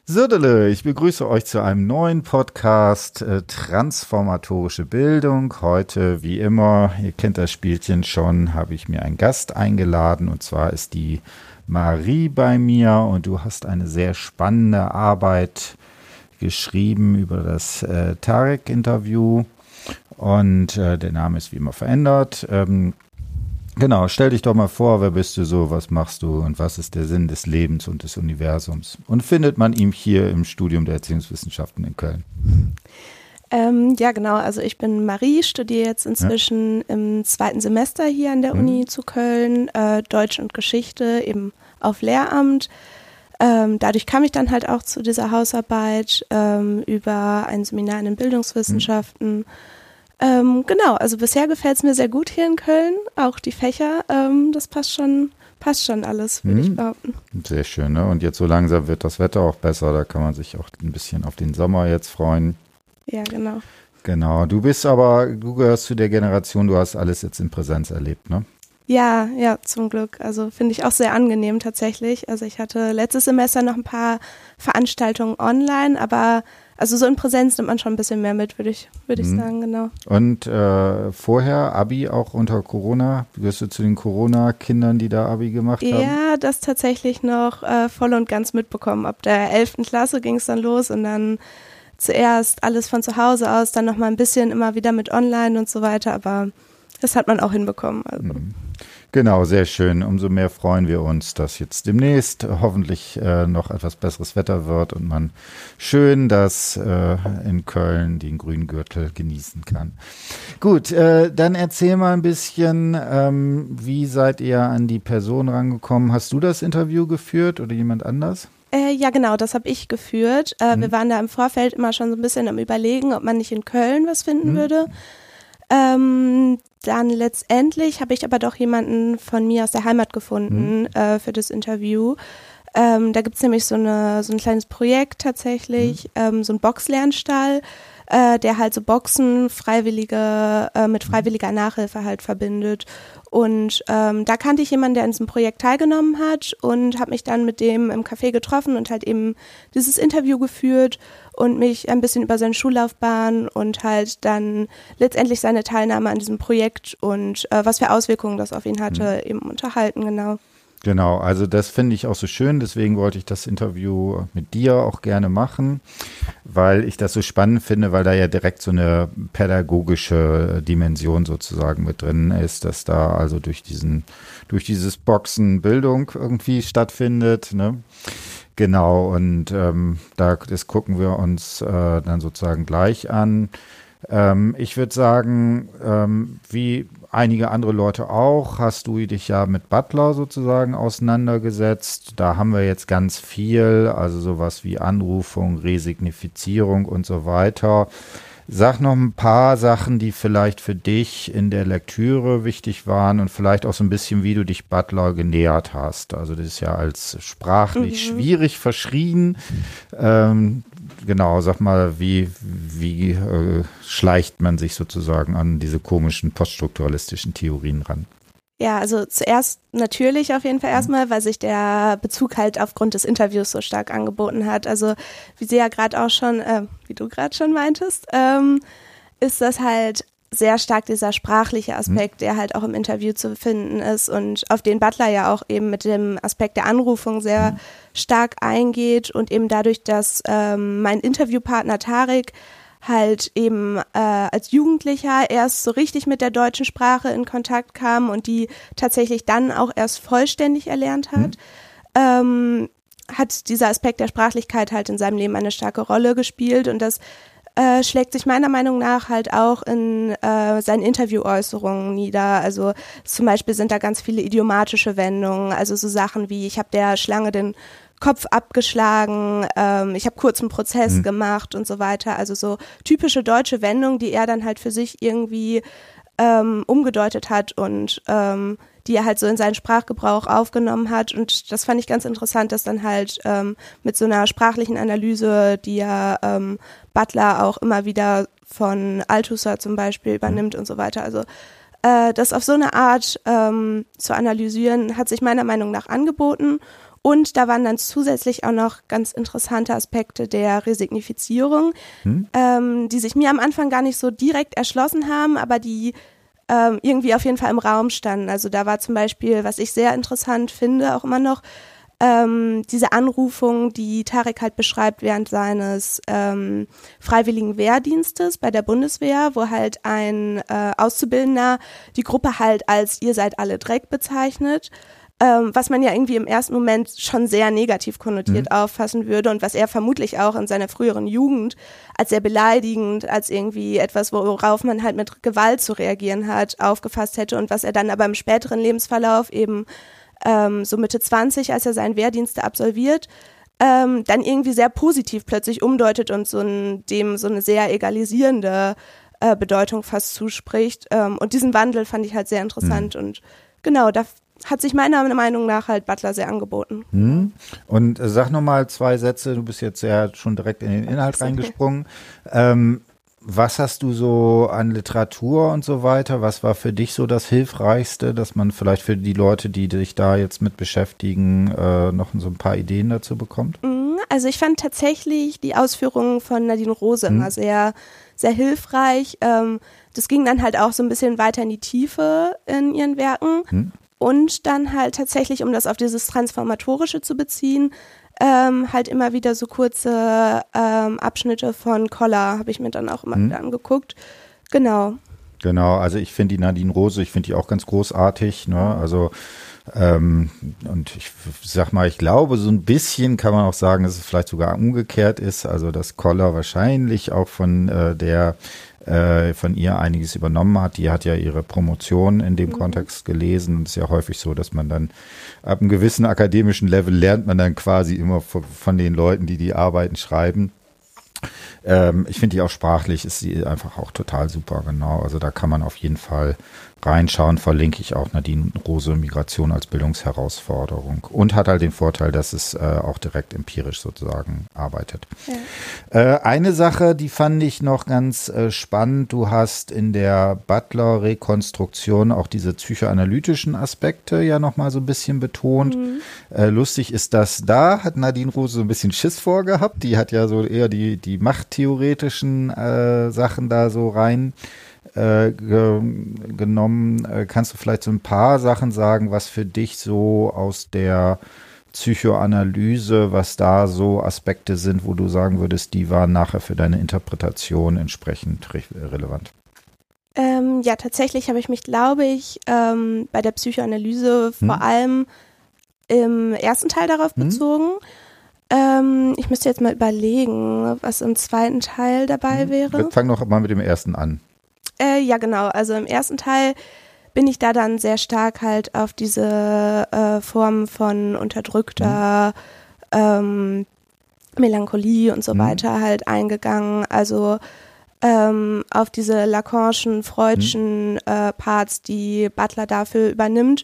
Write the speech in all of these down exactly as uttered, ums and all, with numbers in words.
Söderle, ich begrüße euch zu einem neuen Podcast äh, Transformatorische Bildung. Heute, wie immer, ihr kennt das Spielchen schon, habe ich mir einen Gast eingeladen und zwar ist die Marie bei mir und du hast eine sehr spannende Arbeit geschrieben über das äh, Tarek-Interview und äh, der Name ist wie immer verändert. Ähm, Genau, stell dich doch mal vor, wer bist du so, was machst du und was ist der Sinn des Lebens und des Universums? Und findet man ihn hier im Studium der Erziehungswissenschaften in Köln? Ähm, ja, genau, also ich bin Marie, studiere jetzt inzwischen ja. im zweiten Semester hier an der mhm. Uni zu Köln, äh, Deutsch und Geschichte eben auf Lehramt. Ähm, dadurch kam ich dann halt auch zu dieser Hausarbeit ähm, über ein Seminar in den Bildungswissenschaften. Mhm. Ähm, genau, also bisher gefällt es mir sehr gut hier in Köln, auch die Fächer, ähm, das passt schon, passt schon alles, würde hm. ich behaupten. Sehr schön, ne? Und jetzt so langsam wird das Wetter auch besser, da kann man sich auch ein bisschen auf den Sommer jetzt freuen. Ja, genau. Genau, du bist aber, du gehörst zu der Generation, du hast alles jetzt in Präsenz erlebt, ne? Ja, ja, zum Glück. Also finde ich auch sehr angenehm tatsächlich. Also ich hatte letztes Semester noch ein paar Veranstaltungen online, aber also so in Präsenz nimmt man schon ein bisschen mehr mit, würde ich, würde ich mhm. sagen, genau. Und äh, vorher Abi auch unter Corona? Gehörst du zu den Corona-Kindern, die da Abi gemacht haben? Ja, das tatsächlich noch äh, voll und ganz mitbekommen. Ab der elften Klasse ging es dann los und dann zuerst alles von zu Hause aus, dann noch mal ein bisschen immer wieder mit online und so weiter, aber das hat man auch hinbekommen. Also. Mhm. Genau, sehr schön. Umso mehr freuen wir uns, dass jetzt demnächst hoffentlich äh, noch etwas besseres Wetter wird und man schön das äh, in Köln den grünen Gürtel genießen kann. Gut, äh, dann erzähl mal ein bisschen, ähm, wie seid ihr an die Person rangekommen? Hast du das Interview geführt oder jemand anders? Äh, ja, genau, das habe ich geführt. Äh, hm. Wir waren da im Vorfeld immer schon so ein bisschen am Überlegen, ob man nicht in Köln was finden hm. würde. Ähm, dann letztendlich habe ich aber doch jemanden von mir aus der Heimat gefunden mhm. äh, für das Interview. Ähm, da gibt es nämlich so, eine, so ein kleines Projekt tatsächlich, mhm. ähm, so ein Boxlernstall, äh, der halt so Boxen Freiwillige äh, mit freiwilliger Nachhilfe halt verbindet. Und ähm, da kannte ich jemanden, der an diesem Projekt teilgenommen hat und habe mich dann mit dem im Café getroffen und halt eben dieses Interview geführt und mich ein bisschen über seine Schullaufbahn und halt dann letztendlich seine Teilnahme an diesem Projekt und äh, was für Auswirkungen das auf ihn hatte, mhm. eben unterhalten, genau. Genau, also das finde ich auch so schön, deswegen wollte ich das Interview mit dir auch gerne machen, weil ich das so spannend finde, weil da ja direkt so eine pädagogische Dimension sozusagen mit drin ist, dass da also durch diesen, durch dieses Boxen Bildung irgendwie stattfindet, ne? Genau, und ähm, da, das gucken wir uns äh, dann sozusagen gleich an. Ähm, ich würde sagen, ähm, wie einige andere Leute auch, hast du dich ja mit Butler sozusagen auseinandergesetzt. Da haben wir jetzt ganz viel, also sowas wie Anrufung, Resignifizierung und so weiter. Sag noch ein paar Sachen, die vielleicht für dich in der Lektüre wichtig waren und vielleicht auch so ein bisschen, wie du dich Butler genähert hast. Also das ist ja als sprachlich mhm. schwierig verschrien. Ähm, genau, sag mal, wie, wie äh, schleicht man sich sozusagen an diese komischen poststrukturalistischen Theorien ran? Ja, also zuerst natürlich auf jeden Fall erstmal, weil sich der Bezug halt aufgrund des Interviews so stark angeboten hat. Also wie sie ja gerade auch schon, äh, wie du gerade schon meintest, ähm, ist das halt sehr stark dieser sprachliche Aspekt, der halt auch im Interview zu finden ist und auf den Butler ja auch eben mit dem Aspekt der Anrufung sehr stark eingeht und eben dadurch, dass ähm, mein Interviewpartner Tarek halt eben äh, als Jugendlicher erst so richtig mit der deutschen Sprache in Kontakt kam und die tatsächlich dann auch erst vollständig erlernt hat, mhm. ähm, hat dieser Aspekt der Sprachlichkeit halt in seinem Leben eine starke Rolle gespielt und das äh, schlägt sich meiner Meinung nach halt auch in äh, seinen Interviewäußerungen nieder. Also zum Beispiel sind da ganz viele idiomatische Wendungen, also so Sachen wie ich habe der Schlange den Kopf abgeschlagen, ähm, ich habe kurz einen Prozess mhm. gemacht und so weiter. Also so typische deutsche Wendungen, die er dann halt für sich irgendwie ähm, umgedeutet hat und ähm, die er halt so in seinen Sprachgebrauch aufgenommen hat. Und das fand ich ganz interessant, dass dann halt ähm, mit so einer sprachlichen Analyse, die ja ähm, Butler auch immer wieder von Althusser zum Beispiel übernimmt mhm. und so weiter. Also äh, das auf so eine Art ähm, zu analysieren, hat sich meiner Meinung nach angeboten. Und da waren dann zusätzlich auch noch ganz interessante Aspekte der Resignifizierung, hm. ähm, die sich mir am Anfang gar nicht so direkt erschlossen haben, aber die ähm, irgendwie auf jeden Fall im Raum standen. Also da war zum Beispiel, was ich sehr interessant finde, auch immer noch, ähm, diese Anrufung, die Tarek halt beschreibt während seines ähm, freiwilligen Wehrdienstes bei der Bundeswehr, wo halt ein äh, Auszubildender die Gruppe halt als ihr seid alle Dreck bezeichnet. Ähm, was man ja irgendwie im ersten Moment schon sehr negativ konnotiert mhm. auffassen würde und was er vermutlich auch in seiner früheren Jugend als sehr beleidigend, als irgendwie etwas, worauf man halt mit Gewalt zu reagieren hat, aufgefasst hätte und was er dann aber im späteren Lebensverlauf eben ähm, so Mitte zwanzig, als er seinen Wehrdienst absolviert, ähm, dann irgendwie sehr positiv plötzlich umdeutet und so ein, dem so eine sehr egalisierende äh, Bedeutung fast zuspricht. Ähm, und diesen Wandel fand ich halt sehr interessant mhm. und genau, da hat sich meiner Meinung nach halt Butler sehr angeboten. Hm. Und äh, sag nochmal zwei Sätze, du bist jetzt ja schon direkt in den Inhalt reingesprungen. Ähm, was hast du so an Literatur und so weiter? Was war für dich so das Hilfreichste, dass man vielleicht für die Leute, die sich da jetzt mit beschäftigen, äh, noch so ein paar Ideen dazu bekommt? Also ich fand tatsächlich die Ausführungen von Nadine Rose hm. immer sehr, sehr hilfreich. Ähm, das ging dann halt auch so ein bisschen weiter in die Tiefe in ihren Werken. Hm. Und dann halt tatsächlich, um das auf dieses Transformatorische zu beziehen, ähm, halt immer wieder so kurze ähm, Abschnitte von Koller habe ich mir dann auch immer mhm. wieder angeguckt. Genau. Genau, also ich finde die Nadine Rose, ich finde die auch ganz großartig, ne? Also ähm, und ich sag mal, ich glaube, so ein bisschen kann man auch sagen, dass es vielleicht sogar umgekehrt ist, also dass Koller wahrscheinlich auch von äh, der von ihr einiges übernommen hat. Die hat ja ihre Promotion in dem mhm. Kontext gelesen. Es ist ja häufig so, dass man dann ab einem gewissen akademischen Level lernt man dann quasi immer von, von den Leuten, die die Arbeiten schreiben. Ähm, ich finde die auch sprachlich, ist sie einfach auch total super, genau. Also da kann man auf jeden Fall reinschauen, verlinke ich auch Nadine Rose, Migration als Bildungsherausforderung. Und hat halt den Vorteil, dass es äh, auch direkt empirisch sozusagen arbeitet. Ja. Äh, eine Sache, die fand ich noch ganz äh, spannend, du hast in der Butler-Rekonstruktion auch diese psychoanalytischen Aspekte ja nochmal so ein bisschen betont. Mhm. Äh, lustig ist das, da hat Nadine Rose so ein bisschen Schiss vorgehabt. Die hat ja so eher die, die machttheoretischen äh, Sachen da so rein Äh, ge- genommen. Äh, kannst du vielleicht so ein paar Sachen sagen, was für dich so aus der Psychoanalyse, was da so Aspekte sind, wo du sagen würdest, die waren nachher für deine Interpretation entsprechend re- relevant? Ähm, ja, tatsächlich habe ich mich, glaube ich, ähm, bei der Psychoanalyse hm. vor allem im ersten Teil darauf hm. bezogen. Ähm, ich müsste jetzt mal überlegen, was im zweiten Teil dabei hm. wäre. Wir fangen noch mal mit dem ersten an. Äh, ja, genau. Also im ersten Teil bin ich da dann sehr stark halt auf diese äh, Form von unterdrückter mhm. ähm, Melancholie und so mhm. weiter halt eingegangen. Also ähm, auf diese Lacanischen, Freudschen mhm. äh, Parts, die Butler dafür übernimmt.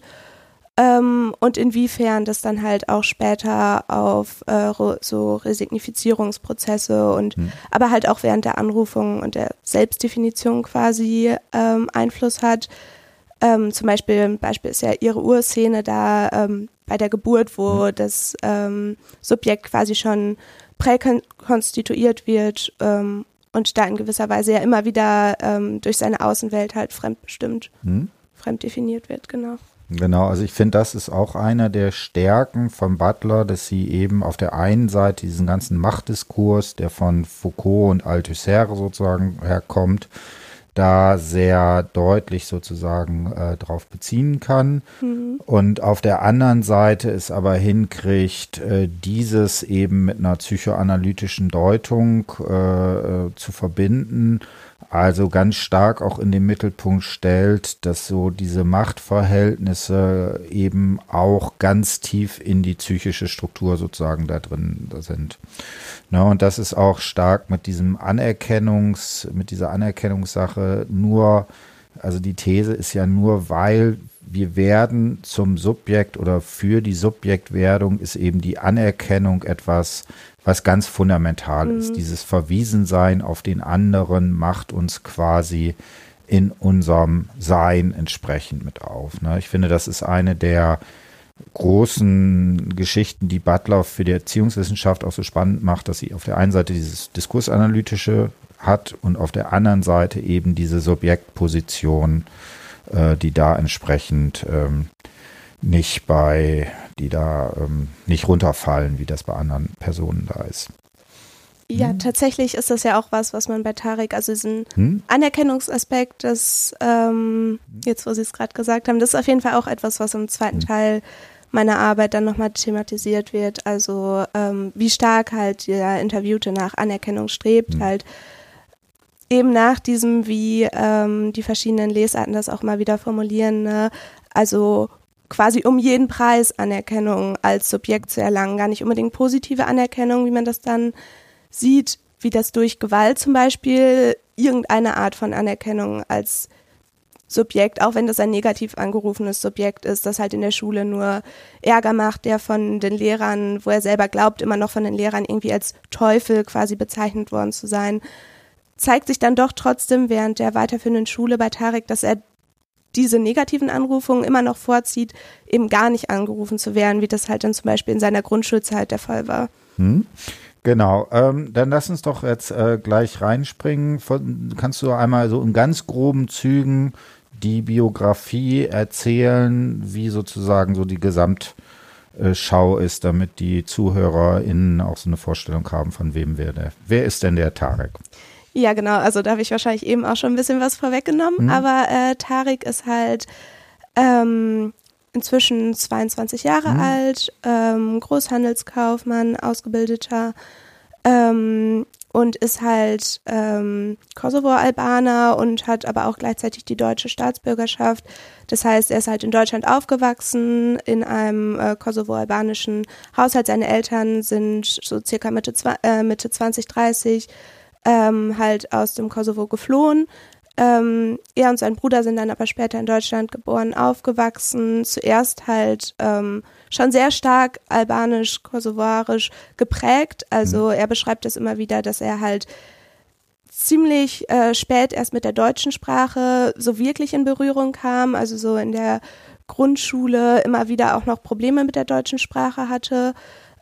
Ähm, und inwiefern das dann halt auch später auf äh, so Resignifizierungsprozesse und mhm. aber halt auch während der Anrufung und der Selbstdefinition quasi ähm, Einfluss hat. Ähm, zum Beispiel, ein Beispiel ist ja ihre Urszene da ähm, bei der Geburt, wo mhm. das ähm, Subjekt quasi schon präkonstituiert wird ähm, und da in gewisser Weise ja immer wieder ähm, durch seine Außenwelt halt fremdbestimmt, mhm. fremd definiert wird, genau. Genau, also ich finde, das ist auch einer der Stärken von Butler, dass sie eben auf der einen Seite diesen ganzen Machtdiskurs, der von Foucault und Althusser sozusagen herkommt, da sehr deutlich sozusagen äh, drauf beziehen kann. Mhm. Und auf der anderen Seite es aber hinkriegt, äh, dieses eben mit einer psychoanalytischen Deutung äh, zu verbinden. Also ganz stark auch in den Mittelpunkt stellt, dass so diese Machtverhältnisse eben auch ganz tief in die psychische Struktur sozusagen da drin sind. Na, und das ist auch stark mit diesem Anerkennungs, mit dieser Anerkennungssache nur, also die These ist ja nur, weil wir werden zum Subjekt oder für die Subjektwerdung ist eben die Anerkennung etwas, was ganz fundamental mhm. ist. Dieses Verwiesensein auf den anderen macht uns quasi in unserem Sein entsprechend mit auf. Ne? Ich finde, das ist eine der großen Geschichten, die Butler für die Erziehungswissenschaft auch so spannend macht, dass sie auf der einen Seite dieses Diskursanalytische hat und auf der anderen Seite eben diese Subjektposition, äh, die da entsprechend ähm, nicht bei, die da ähm, nicht runterfallen, wie das bei anderen Personen da ist. Ja, hm. tatsächlich ist das ja auch was, was man bei Tariq, also diesen hm? Anerkennungsaspekt, das, ähm, jetzt wo Sie es gerade gesagt haben, das ist auf jeden Fall auch etwas, was im zweiten hm. Teil meiner Arbeit dann nochmal thematisiert wird. Also ähm, wie stark halt der Interviewte nach Anerkennung strebt, hm. halt eben nach diesem, wie ähm, die verschiedenen Lesarten das auch mal wieder formulieren, ne? Also quasi um jeden Preis Anerkennung als Subjekt zu erlangen, gar nicht unbedingt positive Anerkennung, wie man das dann sieht, wie das durch Gewalt zum Beispiel irgendeine Art von Anerkennung als Subjekt, auch wenn das ein negativ angerufenes Subjekt ist, das halt in der Schule nur Ärger macht, der von den Lehrern, wo er selber glaubt, immer noch von den Lehrern irgendwie als Teufel quasi bezeichnet worden zu sein, zeigt sich dann doch trotzdem während der weiterführenden Schule bei Tariq, dass er diese negativen Anrufungen immer noch vorzieht, eben gar nicht angerufen zu werden, wie das halt dann zum Beispiel in seiner Grundschulzeit der Fall war. Hm. Genau, ähm, dann lass uns doch jetzt äh, gleich reinspringen. Von, kannst du einmal so in ganz groben Zügen die Biografie erzählen, wie sozusagen so die Gesamtschau ist, damit die ZuhörerInnen auch so eine Vorstellung haben, von wem wir der, wer ist denn der Tariq? Ja, genau, also da habe ich wahrscheinlich eben auch schon ein bisschen was vorweggenommen, mhm. aber äh, Tariq ist halt ähm, inzwischen zweiundzwanzig Jahre mhm. alt, ähm, Großhandelskaufmann, Ausgebildeter ähm, und ist halt ähm, Kosovo-Albaner und hat aber auch gleichzeitig die deutsche Staatsbürgerschaft. Das heißt, er ist halt in Deutschland aufgewachsen, in einem äh, kosovo-albanischen Haushalt. Seine Eltern sind so circa Mitte, äh, Mitte zwanzig, dreißig ähm, halt aus dem Kosovo geflohen. Ähm, er und sein Bruder sind dann aber später in Deutschland geboren, aufgewachsen, zuerst halt ähm, schon sehr stark albanisch-kosovarisch geprägt. Also er beschreibt das immer wieder, dass er halt ziemlich äh, spät erst mit der deutschen Sprache so wirklich in Berührung kam, also so in der Grundschule immer wieder auch noch Probleme mit der deutschen Sprache hatte.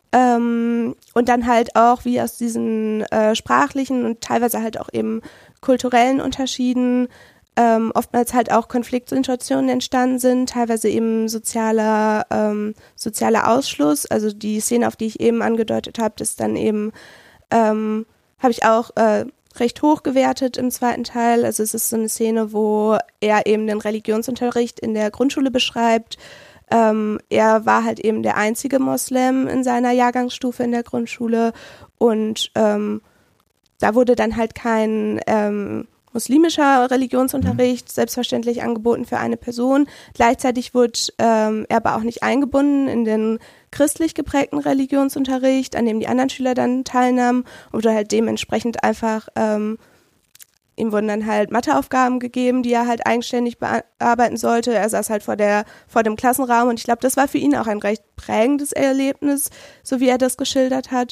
Ähm, und dann halt auch, wie aus diesen äh, sprachlichen und teilweise halt auch eben kulturellen Unterschieden ähm, oftmals halt auch Konfliktsituationen entstanden sind, teilweise eben sozialer, ähm, sozialer Ausschluss. Also die Szene, auf die ich eben angedeutet habe, das dann eben, ähm, habe ich auch äh, recht hoch gewertet im zweiten Teil. Also es ist so eine Szene, wo er eben den Religionsunterricht in der Grundschule beschreibt. Ähm, er war halt eben der einzige Moslem in seiner Jahrgangsstufe in der Grundschule und ähm, da wurde dann halt kein ähm, muslimischer Religionsunterricht mhm. selbstverständlich angeboten für eine Person. Gleichzeitig wurde ähm, er aber auch nicht eingebunden in den christlich geprägten Religionsunterricht, an dem die anderen Schüler dann teilnahmen, oder halt dementsprechend einfach ähm, ihm wurden dann halt Matheaufgaben gegeben, die er halt eigenständig bearbeiten sollte. Er saß halt vor der vor dem Klassenraum und ich glaube, das war für ihn auch ein recht prägendes Erlebnis, so wie er das geschildert hat.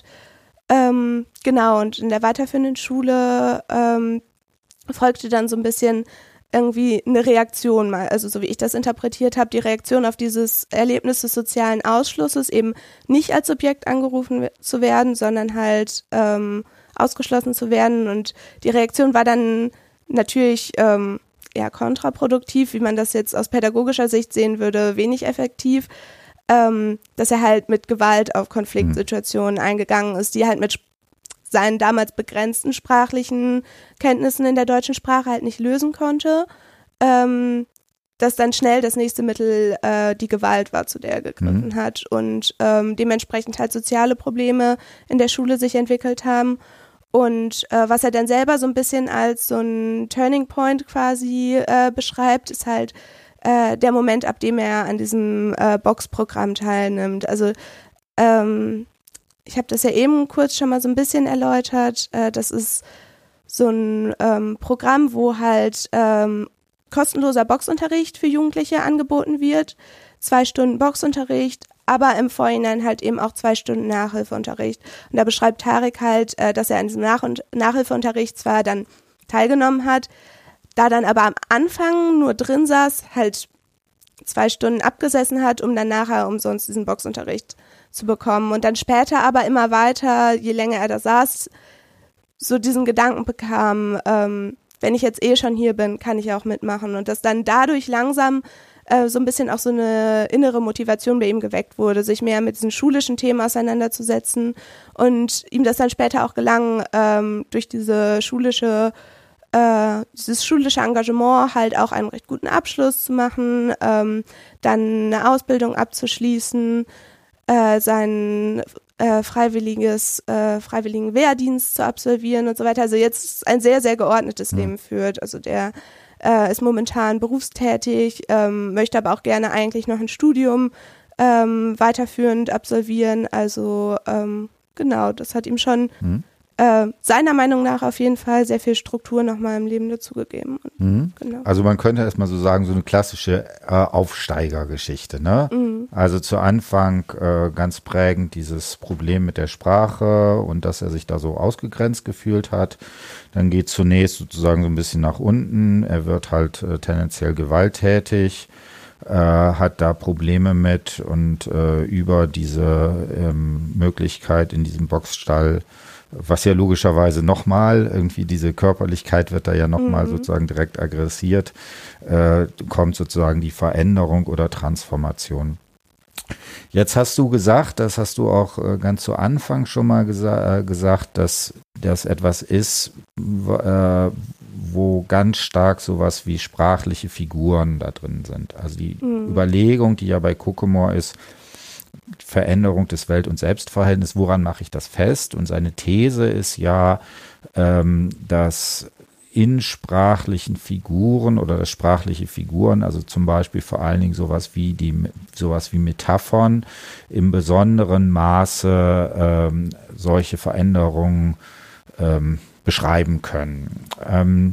Ähm, genau, und in der weiterführenden Schule ähm, folgte dann so ein bisschen irgendwie eine Reaktion mal, also so wie ich das interpretiert habe, die Reaktion auf dieses Erlebnis des sozialen Ausschlusses, eben nicht als Subjekt angerufen zu werden, sondern halt ähm, ausgeschlossen zu werden, und die Reaktion war dann natürlich ähm, eher kontraproduktiv, wie man das jetzt aus pädagogischer Sicht sehen würde, wenig effektiv, ähm, dass er halt mit Gewalt auf Konfliktsituationen mhm. eingegangen ist, die halt mit seinen damals begrenzten sprachlichen Kenntnissen in der deutschen Sprache halt nicht lösen konnte, ähm, dass dann schnell das nächste Mittel äh, die Gewalt war, zu der er gegriffen mhm. hat, und ähm, dementsprechend halt soziale Probleme in der Schule sich entwickelt haben. Und äh, was er dann selber so ein bisschen als so ein Turning Point quasi äh, beschreibt, ist halt äh, der Moment, ab dem er an diesem äh, Boxprogramm teilnimmt. Also ähm, ich habe das ja eben kurz schon mal so ein bisschen erläutert. Äh, das ist so ein ähm, Programm, wo halt ähm, kostenloser Boxunterricht für Jugendliche angeboten wird. Zwei Stunden Boxunterricht, aber im Vorhinein halt eben auch zwei Stunden Nachhilfeunterricht. Und da beschreibt Tariq halt, äh, dass er an diesem Nach- und Nachhilfeunterricht zwar dann teilgenommen hat, da dann aber am Anfang nur drin saß, halt zwei Stunden abgesessen hat, um dann nachher umsonst diesen Boxunterricht zu bekommen. Und dann später aber immer weiter, je länger er da saß, so diesen Gedanken bekam, ähm, wenn ich jetzt eh schon hier bin, kann ich auch mitmachen. Und dass dann dadurch langsam äh, so ein bisschen auch so eine innere Motivation bei ihm geweckt wurde, sich mehr mit diesen schulischen Themen auseinanderzusetzen. Und ihm das dann später auch gelang, ähm, durch diese schulische, äh, dieses schulische Engagement halt auch einen recht guten Abschluss zu machen, ähm, dann eine Ausbildung abzuschließen, äh, sein äh, freiwilliges, äh, freiwilligen Wehrdienst zu absolvieren und so weiter. Also jetzt ein sehr, sehr geordnetes mhm. Leben führt. Also der äh, ist momentan berufstätig, ähm, möchte aber auch gerne eigentlich noch ein Studium ähm, weiterführend absolvieren. Also ähm, genau, das hat ihm schon mhm. äh, seiner Meinung nach auf jeden Fall sehr viel Struktur nochmal im Leben dazugegeben. Mhm. Genau. Also man könnte erstmal so sagen, so eine klassische äh, Aufsteigergeschichte, ne? Mhm. Also zu Anfang äh, ganz prägend dieses Problem mit der Sprache und dass er sich da so ausgegrenzt gefühlt hat. Dann geht zunächst sozusagen so ein bisschen nach unten. Er wird halt äh, tendenziell gewalttätig, äh, hat da Probleme mit und äh, über diese ähm, Möglichkeit in diesem Boxstall, was ja logischerweise nochmal, irgendwie diese Körperlichkeit wird da ja nochmal mhm. sozusagen direkt aggressiert, äh, kommt sozusagen die Veränderung oder Transformation. Jetzt hast du gesagt, das hast du auch äh, ganz zu Anfang schon mal gesa- äh, gesagt, dass das etwas ist, w- äh, wo ganz stark sowas wie sprachliche Figuren da drin sind. Also die mhm. Überlegung, die ja bei Kokomor ist, Veränderung des Welt- und Selbstverhältnisses, woran mache ich das fest? Und seine These ist ja, ähm, dass in sprachlichen Figuren oder dass sprachliche Figuren, also zum Beispiel vor allen Dingen sowas wie die sowas wie Metaphern, im besonderen Maße ähm, solche Veränderungen ähm, beschreiben können. Ähm,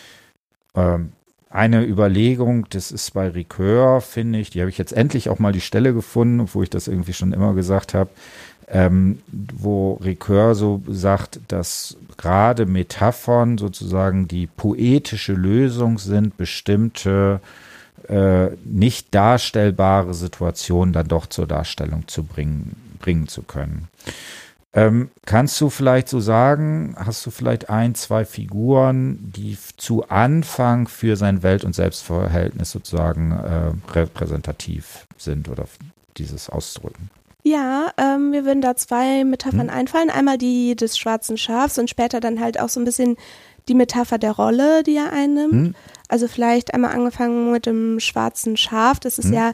ähm, Eine Überlegung, das ist bei Ricoeur, finde ich, die habe ich jetzt endlich auch mal die Stelle gefunden, obwohl ich das irgendwie schon immer gesagt habe, ähm, wo Ricoeur so sagt, dass gerade Metaphern sozusagen die poetische Lösung sind, bestimmte äh, nicht darstellbare Situationen dann doch zur Darstellung zu bringen, bringen zu können. Ähm, kannst du vielleicht so sagen, hast du vielleicht ein, zwei Figuren, die zu Anfang für sein Welt- und Selbstverhältnis sozusagen äh, repräsentativ sind oder dieses ausdrücken? Ja, ähm, mir würden da zwei Metaphern hm. einfallen. Einmal die des schwarzen Schafs und später dann halt auch so ein bisschen die Metapher der Rolle, die er einnimmt. Hm. Also vielleicht einmal angefangen mit dem schwarzen Schaf. Das ist hm. ja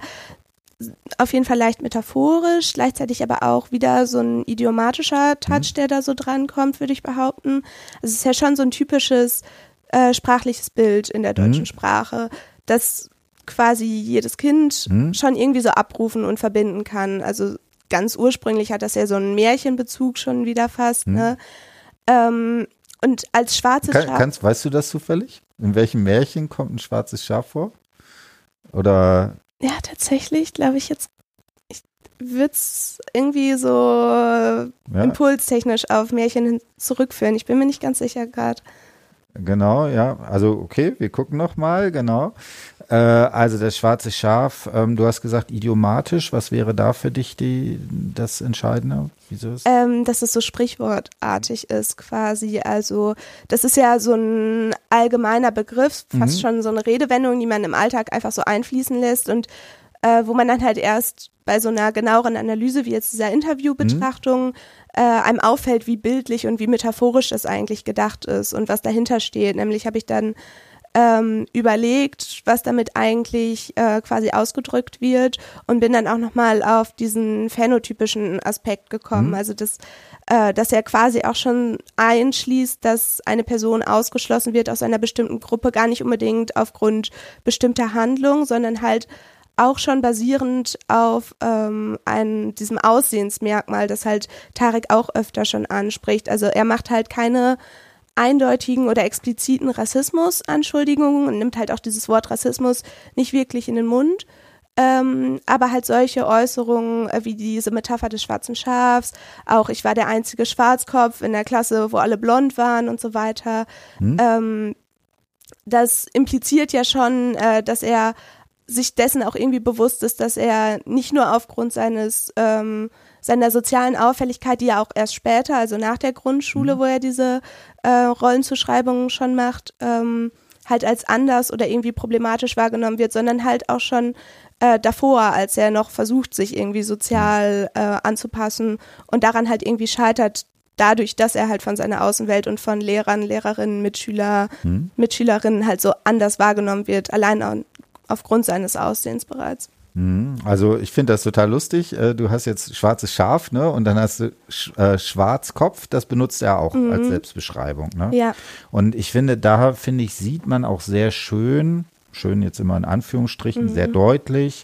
auf jeden Fall leicht metaphorisch, gleichzeitig aber auch wieder so ein idiomatischer Touch, mhm. der da so dran kommt, würde ich behaupten. Also es ist ja schon so ein typisches äh, sprachliches Bild in der deutschen mhm. Sprache, das quasi jedes Kind mhm. schon irgendwie so abrufen und verbinden kann. Also ganz ursprünglich hat das ja so einen Märchenbezug schon wieder fast. Mhm. Ne? Ähm, und als schwarzes Kann, Schaf... Kannst, weißt du das zufällig? In welchem Märchen kommt ein schwarzes Schaf vor? Oder... Ja, tatsächlich, glaube ich jetzt, ich würde es irgendwie so ja. impulstechnisch auf Märchen zurückführen. Ich bin mir nicht ganz sicher gerade. Genau, ja, also okay, wir gucken nochmal, genau. Äh, also das schwarze Schaf, ähm, du hast gesagt idiomatisch, was wäre da für dich die, das Entscheidende? Wieso ist ähm, dass es so sprichwortartig ist quasi, also das ist ja so ein allgemeiner Begriff, fast mhm. schon so eine Redewendung, die man im Alltag einfach so einfließen lässt und äh, wo man dann halt erst bei so einer genaueren Analyse wie jetzt dieser Interviewbetrachtung mhm. äh, einem auffällt, wie bildlich und wie metaphorisch das eigentlich gedacht ist und was dahinter steht. Nämlich habe ich dann ähm, überlegt, was damit eigentlich äh, quasi ausgedrückt wird und bin dann auch nochmal auf diesen phänotypischen Aspekt gekommen. Mhm. Also das, äh, dass er quasi auch schon einschließt, dass eine Person ausgeschlossen wird aus einer bestimmten Gruppe, gar nicht unbedingt aufgrund bestimmter Handlungen, sondern halt auch schon basierend auf ähm, einem, diesem Aussehensmerkmal, das halt Tarek auch öfter schon anspricht. Also er macht halt keine eindeutigen oder expliziten Rassismus-Anschuldigungen und nimmt halt auch dieses Wort Rassismus nicht wirklich in den Mund. Ähm, aber halt solche Äußerungen äh, wie diese Metapher des schwarzen Schafs, auch ich war der einzige Schwarzkopf in der Klasse, wo alle blond waren und so weiter. Hm. Ähm, das impliziert ja schon, äh, dass er sich dessen auch irgendwie bewusst ist, dass er nicht nur aufgrund seines ähm, seiner sozialen Auffälligkeit, die er auch erst später, also nach der Grundschule, mhm. wo er diese äh, Rollenzuschreibungen schon macht, ähm, halt als anders oder irgendwie problematisch wahrgenommen wird, sondern halt auch schon äh, davor, als er noch versucht, sich irgendwie sozial äh, anzupassen und daran halt irgendwie scheitert, dadurch, dass er halt von seiner Außenwelt und von Lehrern, Lehrerinnen, Mitschüler, mhm. Mitschülerinnen halt so anders wahrgenommen wird, allein auch aufgrund seines Aussehens bereits. Also ich finde das total lustig. Du hast jetzt schwarzes Schaf, ne? Und dann hast du Sch- äh, Schwarzkopf, das benutzt er auch mhm. als Selbstbeschreibung, ne? Ja. Und ich finde, da finde ich, sieht man auch sehr schön, schön jetzt immer in Anführungsstrichen, mhm. sehr deutlich,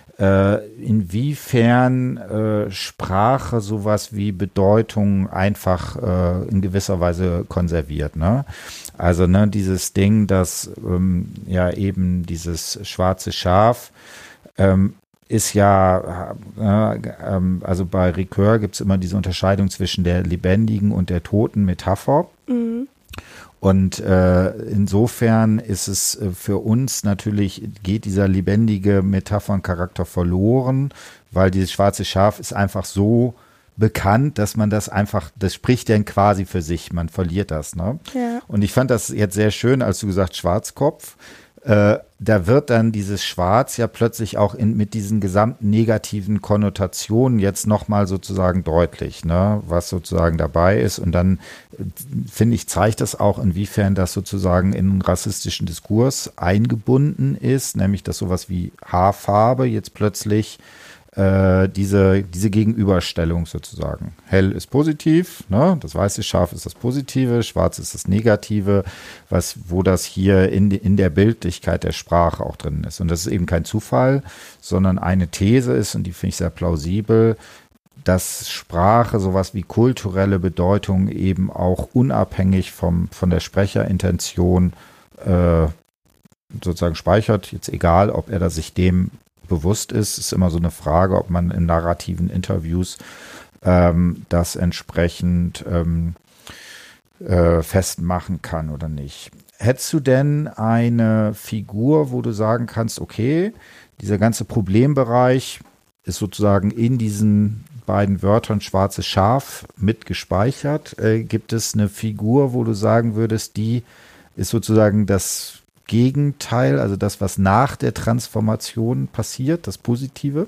äh, inwiefern äh, Sprache sowas wie Bedeutung einfach äh, in gewisser Weise konserviert, ne? Also ne, dieses Ding, dass ähm, ja eben dieses schwarze Schaf ähm, ist ja, äh, äh, also bei Ricoeur gibt es immer diese Unterscheidung zwischen der lebendigen und der toten Metapher. Mhm. Und äh, insofern ist es äh, für uns natürlich, geht dieser lebendige Metapherncharakter verloren, weil dieses schwarze Schaf ist einfach so bekannt, dass man das einfach, das spricht dann quasi für sich, man verliert das, ne? Ja. Und ich fand das jetzt sehr schön, als du gesagt Schwarzkopf, äh, da wird dann dieses Schwarz ja plötzlich auch in, mit diesen gesamten negativen Konnotationen jetzt nochmal sozusagen deutlich, ne, was sozusagen dabei ist. Und dann, äh, finde ich, zeigt das auch, inwiefern das sozusagen in einen rassistischen Diskurs eingebunden ist, nämlich dass sowas wie Haarfarbe jetzt plötzlich äh, diese, diese Gegenüberstellung sozusagen. Hell ist positiv, ne? Das weiße Schaf ist das Positive, schwarz ist das Negative, was, wo das hier in, in der Bildlichkeit der Sprache auch drin ist. Und das ist eben kein Zufall, sondern eine These ist, und die finde ich sehr plausibel, dass Sprache sowas wie kulturelle Bedeutung eben auch unabhängig vom, von der Sprecherintention äh, sozusagen speichert. Jetzt egal, ob er da sich dem bewusst ist, ist immer so eine Frage, ob man in narrativen Interviews ähm, das entsprechend ähm, äh, festmachen kann oder nicht. Hättest du denn eine Figur, wo du sagen kannst, okay, dieser ganze Problembereich ist sozusagen in diesen beiden Wörtern schwarzes Schaf mit gespeichert? Äh, gibt es eine Figur, wo du sagen würdest, die ist sozusagen das Gegenteil, also das, was nach der Transformation passiert, das Positive?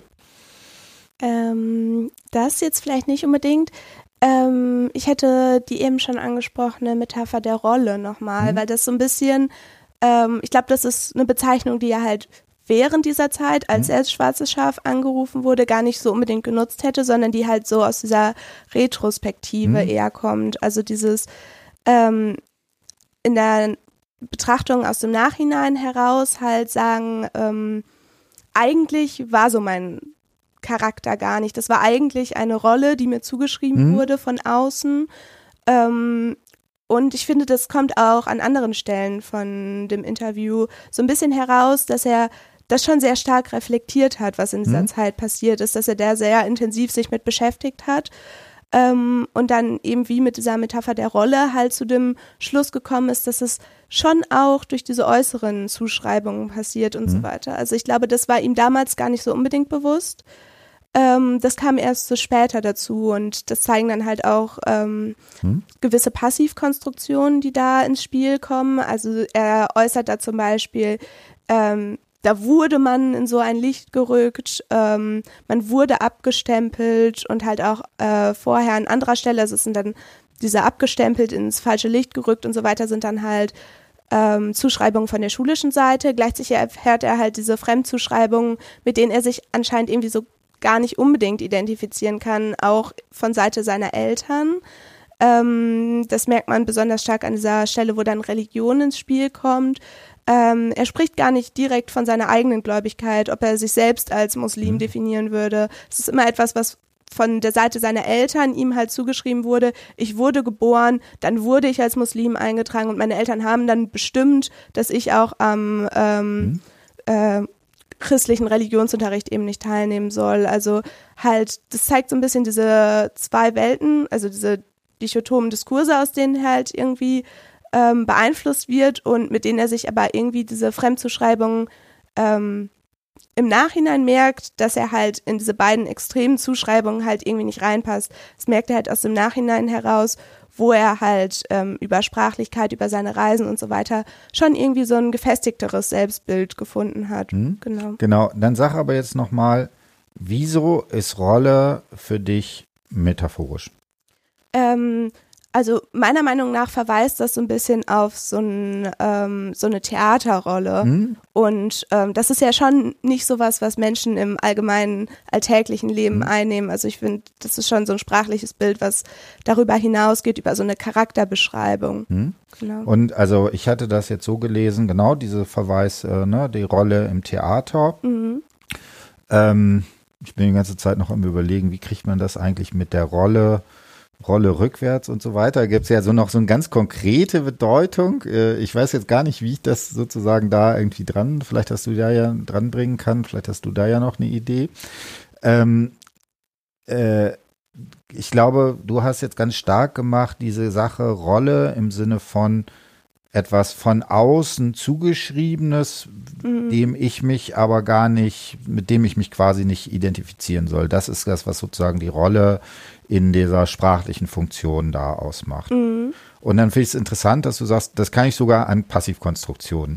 Ähm, das jetzt vielleicht nicht unbedingt. Ähm, ich hätte die eben schon angesprochene Metapher der Rolle nochmal, mhm. weil das so ein bisschen, ähm, ich glaube, das ist eine Bezeichnung, die er halt während dieser Zeit, als mhm. er als schwarzes Schaf angerufen wurde, gar nicht so unbedingt genutzt hätte, sondern die halt so aus dieser Retrospektive mhm. eher kommt. Also dieses ähm, in der Betrachtungen aus dem Nachhinein heraus halt sagen, ähm, eigentlich war so mein Charakter gar nicht. Das war eigentlich eine Rolle, die mir zugeschrieben mhm. wurde von außen. Ähm, und ich finde, das kommt auch an anderen Stellen von dem Interview so ein bisschen heraus, dass er das schon sehr stark reflektiert hat, was in dieser mhm. Zeit passiert ist, dass er da sehr intensiv sich mit beschäftigt hat. Ähm, und dann eben wie mit dieser Metapher der Rolle halt zu dem Schluss gekommen ist, dass es schon auch durch diese äußeren Zuschreibungen passiert und mhm. so weiter. Also ich glaube, das war ihm damals gar nicht so unbedingt bewusst. Ähm, das kam erst so später dazu und das zeigen dann halt auch ähm, mhm. gewisse Passivkonstruktionen, die da ins Spiel kommen. Also er äußert da zum Beispiel, ähm, da wurde man in so ein Licht gerückt, ähm, man wurde abgestempelt und halt auch äh, vorher an anderer Stelle, also es sind dann diese abgestempelt ins falsche Licht gerückt und so weiter, sind dann halt ähm, Zuschreibungen von der schulischen Seite. Gleichzeitig erfährt er halt diese Fremdzuschreibungen, mit denen er sich anscheinend irgendwie so gar nicht unbedingt identifizieren kann, auch von Seite seiner Eltern. Ähm, das merkt man besonders stark an dieser Stelle, wo dann Religion ins Spiel kommt. Ähm, er spricht gar nicht direkt von seiner eigenen Gläubigkeit, ob er sich selbst als Muslim mhm. definieren würde. Es ist immer etwas, was von der Seite seiner Eltern ihm halt zugeschrieben wurde. Ich wurde geboren, dann wurde ich als Muslim eingetragen und meine Eltern haben dann bestimmt, dass ich auch am ähm, mhm. äh, christlichen Religionsunterricht eben nicht teilnehmen soll. Also halt, das zeigt so ein bisschen diese zwei Welten, also diese dichotomen Diskurse, aus denen er halt irgendwie ähm, beeinflusst wird und mit denen er sich aber irgendwie diese Fremdzuschreibungen ähm, im Nachhinein merkt, dass er halt in diese beiden extremen Zuschreibungen halt irgendwie nicht reinpasst. Das merkt er halt aus dem Nachhinein heraus, wo er halt ähm, über Sprachlichkeit, über seine Reisen und so weiter schon irgendwie so ein gefestigteres Selbstbild gefunden hat. Hm? Genau. Genau, dann sag aber jetzt nochmal, wieso ist Rolle für dich metaphorisch? Ähm, also meiner Meinung nach verweist das so ein bisschen auf so, ein, ähm, so eine Theaterrolle. Hm? Und ähm, das ist ja schon nicht sowas, was Menschen im allgemeinen alltäglichen Leben Mhm. einnehmen. Also ich finde, das ist schon so ein sprachliches Bild, was darüber hinausgeht, über so eine Charakterbeschreibung. Hm? Genau. Und also ich hatte das jetzt so gelesen, genau, diese Verweis, äh, ne, die Rolle im Theater. Mhm. Ähm, ich bin die ganze Zeit noch am Überlegen, wie kriegt man das eigentlich mit der Rolle Rolle rückwärts und so weiter. Gibt es ja so noch so eine ganz konkrete Bedeutung. Äh, ich weiß jetzt gar nicht, wie ich das sozusagen da irgendwie dran, vielleicht hast du da ja dran bringen kann, vielleicht hast du da ja noch eine Idee. Ähm, äh, ich glaube, du hast jetzt ganz stark gemacht, diese Sache Rolle im Sinne von etwas von außen zugeschriebenes, Mhm. dem ich mich aber gar nicht, mit dem ich mich quasi nicht identifizieren soll. Das ist das, was sozusagen die Rolle in dieser sprachlichen Funktion da ausmacht. Mhm. Und dann finde ich es interessant, dass du sagst, das kann ich sogar an Passivkonstruktionen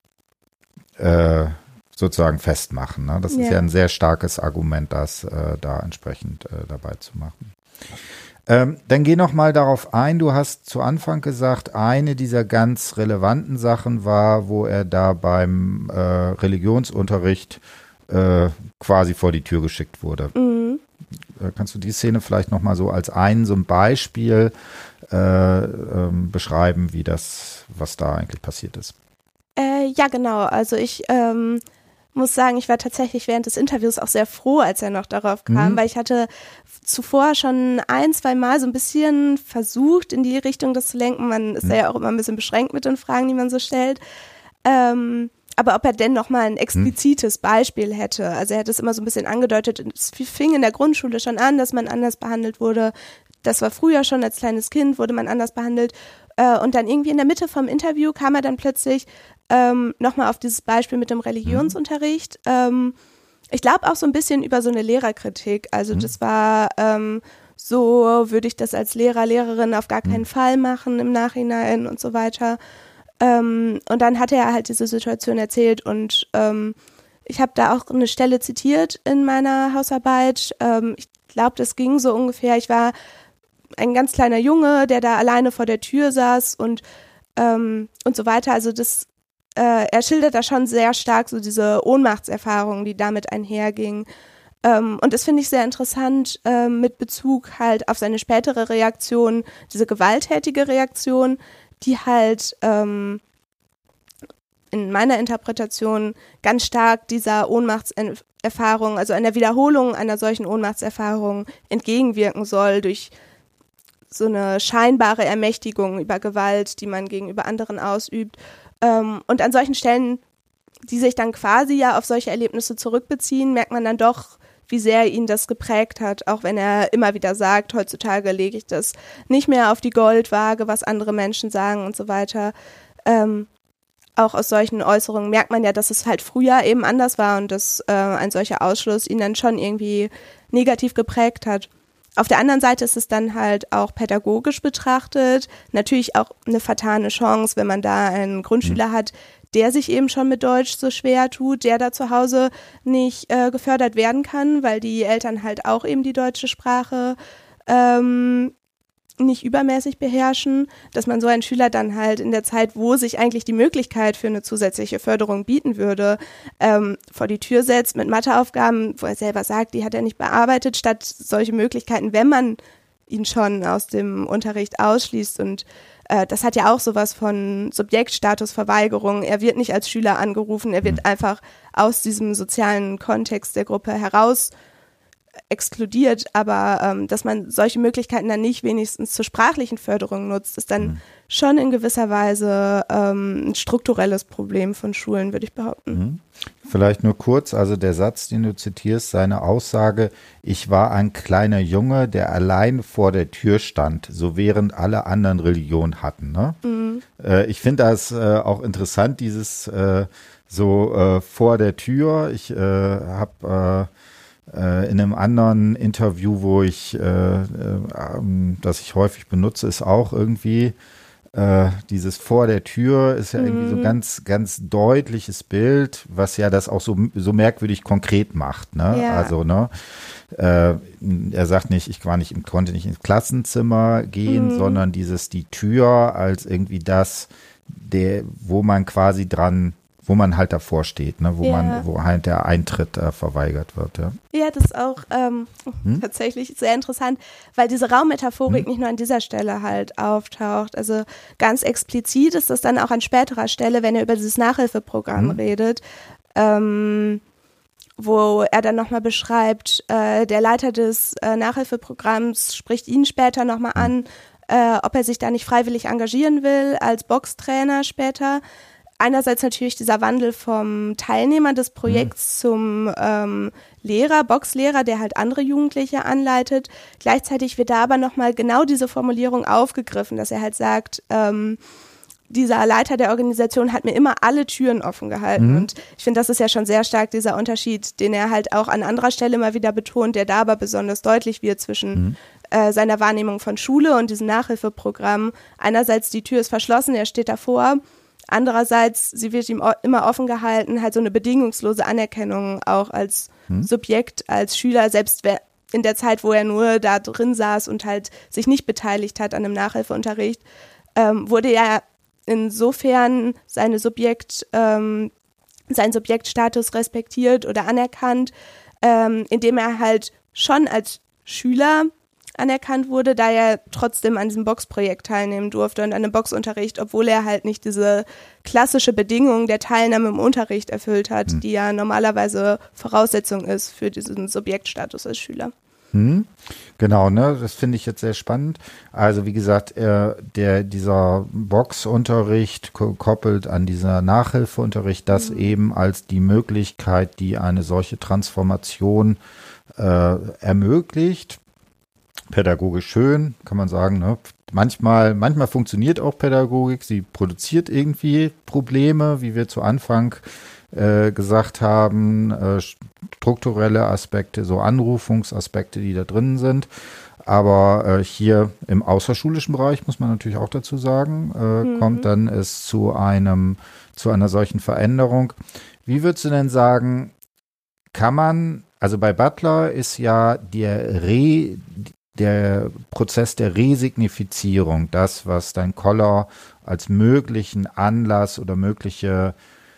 äh, sozusagen festmachen. Ne? Das ist Ja. ja ein sehr starkes Argument, das äh, da entsprechend äh, dabei zu machen. Ähm, dann geh noch mal darauf ein, du hast zu Anfang gesagt, eine dieser ganz relevanten Sachen war, wo er da beim äh, Religionsunterricht äh, quasi vor die Tür geschickt wurde. Mhm. Äh, kannst du die Szene vielleicht noch mal so als ein, so ein Beispiel äh, ähm, beschreiben, wie das, was da eigentlich passiert ist? Äh, ja, genau. Also ich ähm, muss sagen, ich war tatsächlich während des Interviews auch sehr froh, als er noch darauf kam, Mhm. weil ich hatte zuvor schon ein, zwei Mal so ein bisschen versucht, in die Richtung das zu lenken. Man ist Mhm. ja auch immer ein bisschen beschränkt mit den Fragen, die man so stellt. Ähm, aber ob er denn noch mal ein explizites Beispiel hätte. Also er hat es immer so ein bisschen angedeutet. Es fing in der Grundschule schon an, dass man anders behandelt wurde. Das war früher schon als kleines Kind, wurde man anders behandelt. Äh, und dann irgendwie in der Mitte vom Interview kam er dann plötzlich ähm, nochmal auf dieses Beispiel mit dem Religionsunterricht. Ähm, ich glaube auch so ein bisschen über so eine Lehrerkritik. Also Mhm. das war ähm, so, würde ich das als Lehrer, Lehrerin auf gar keinen Mhm. Fall machen im Nachhinein und so weiter. Ähm, und dann hatte er halt diese Situation erzählt und ähm, ich habe da auch eine Stelle zitiert in meiner Hausarbeit. Ähm, ich glaube, das ging so ungefähr. Ich war ein ganz kleiner Junge, der da alleine vor der Tür saß und ähm, und so weiter. Also das, äh, er schildert da schon sehr stark so diese Ohnmachtserfahrungen, die damit einhergingen. Ähm, und das finde ich sehr interessant ähm, mit Bezug halt auf seine spätere Reaktion, diese gewalttätige Reaktion, die halt ähm, in meiner Interpretation ganz stark dieser Ohnmachtserfahrung, also einer Wiederholung einer solchen Ohnmachtserfahrung entgegenwirken soll durch so eine scheinbare Ermächtigung über Gewalt, die man gegenüber anderen ausübt. Ähm, und an solchen Stellen, die sich dann quasi ja auf solche Erlebnisse zurückbeziehen, merkt man dann doch, wie sehr ihn das geprägt hat, auch wenn er immer wieder sagt, heutzutage lege ich das nicht mehr auf die Goldwaage, was andere Menschen sagen und so weiter. Ähm, auch aus solchen Äußerungen merkt man ja, dass es halt früher eben anders war und dass äh, ein solcher Ausschluss ihn dann schon irgendwie negativ geprägt hat. Auf der anderen Seite ist es dann halt auch pädagogisch betrachtet natürlich auch eine vertane Chance, wenn man da einen Grundschüler mhm. hat, der sich eben schon mit Deutsch so schwer tut, der da zu Hause nicht äh, gefördert werden kann, weil die Eltern halt auch eben die deutsche Sprache ähm, nicht übermäßig beherrschen, dass man so einen Schüler dann halt in der Zeit, wo sich eigentlich die Möglichkeit für eine zusätzliche Förderung bieten würde, ähm, vor die Tür setzt mit Matheaufgaben, wo er selber sagt, die hat er nicht bearbeitet, statt solche Möglichkeiten, wenn man ihn schon aus dem Unterricht ausschließt. Und äh, das hat ja auch sowas von Subjektstatusverweigerung. Er wird nicht als Schüler angerufen, er wird einfach aus diesem sozialen Kontext der Gruppe heraus exkludiert, aber ähm, dass man solche Möglichkeiten dann nicht wenigstens zur sprachlichen Förderung nutzt, ist dann mhm. schon in gewisser Weise ähm, ein strukturelles Problem von Schulen, würde ich behaupten. Mhm. Vielleicht nur kurz, also der Satz, den du zitierst, seine Aussage, ich war ein kleiner Junge, der allein vor der Tür stand, so während alle anderen Religionen hatten. Ne? Mhm. Äh, ich finde das äh, auch interessant, dieses äh, so äh, vor der Tür. Ich äh, habe äh, äh, in einem anderen Interview, wo ich, äh, äh, das ich häufig benutze, ist auch irgendwie äh, dieses vor der Tür ist ja irgendwie so ein ganz, ganz deutliches Bild, was ja das auch so, so merkwürdig konkret macht. Ne? Ja. Also, ne? Äh, er sagt nicht, ich war nicht, konnte nicht ins Klassenzimmer gehen, mhm. sondern dieses, die Tür als irgendwie das, der, wo man quasi dran, wo man halt davor steht, ne? wo ja. man, wo halt der Eintritt äh, verweigert wird. Ja, ja das ist auch ähm, hm? tatsächlich sehr interessant, weil diese Raummetaphorik hm? nicht nur an dieser Stelle halt auftaucht. Also ganz explizit ist das dann auch an späterer Stelle, wenn er über dieses Nachhilfeprogramm hm? redet, ähm, wo er dann nochmal beschreibt, äh, der Leiter des äh, Nachhilfeprogramms spricht ihn später nochmal hm. an, äh, ob er sich da nicht freiwillig engagieren will als Boxtrainer später. Einerseits natürlich dieser Wandel vom Teilnehmer des Projekts mhm. zum ähm, Lehrer, Boxlehrer, der halt andere Jugendliche anleitet. Gleichzeitig wird da aber nochmal genau diese Formulierung aufgegriffen, dass er halt sagt, ähm, dieser Leiter der Organisation hat mir immer alle Türen offen gehalten. Mhm. Und ich finde, das ist ja schon sehr stark dieser Unterschied, den er halt auch an anderer Stelle immer wieder betont, der da aber besonders deutlich wird zwischen mhm. äh, seiner Wahrnehmung von Schule und diesem Nachhilfeprogramm. Einerseits die Tür ist verschlossen, er steht davor. Andererseits, sie wird ihm immer offen gehalten, halt so eine bedingungslose Anerkennung auch als hm. Subjekt, als Schüler, selbst in der Zeit, wo er nur da drin saß und halt sich nicht beteiligt hat an dem Nachhilfeunterricht, ähm, wurde ja insofern seine Subjekt, ähm, sein Subjektstatus respektiert oder anerkannt, ähm, indem er halt schon als Schüler anerkannt wurde, da er trotzdem an diesem Boxprojekt teilnehmen durfte und an einem Boxunterricht, obwohl er halt nicht diese klassische Bedingung der Teilnahme im Unterricht erfüllt hat, hm. die ja normalerweise Voraussetzung ist für diesen Subjektstatus als Schüler. Hm. Genau, ne, das finde ich jetzt sehr spannend. Also wie gesagt, äh, der dieser Boxunterricht gekoppelt an dieser Nachhilfeunterricht, das mhm. eben als die Möglichkeit, die eine solche Transformation äh, ermöglicht. Pädagogisch schön, kann man sagen. Ne? Manchmal, manchmal funktioniert auch Pädagogik, sie produziert irgendwie Probleme, wie wir zu Anfang äh, gesagt haben, äh, strukturelle Aspekte, so Anrufungsaspekte, die da drin sind. Aber äh, hier im außerschulischen Bereich, muss man natürlich auch dazu sagen, äh, mhm. kommt dann es zu einem, zu einer solchen Veränderung. Wie würdest du denn sagen, kann man, also bei Butler ist ja der Re, der Prozess der Resignifizierung, das, was dein Koller als möglichen Anlass oder mögliche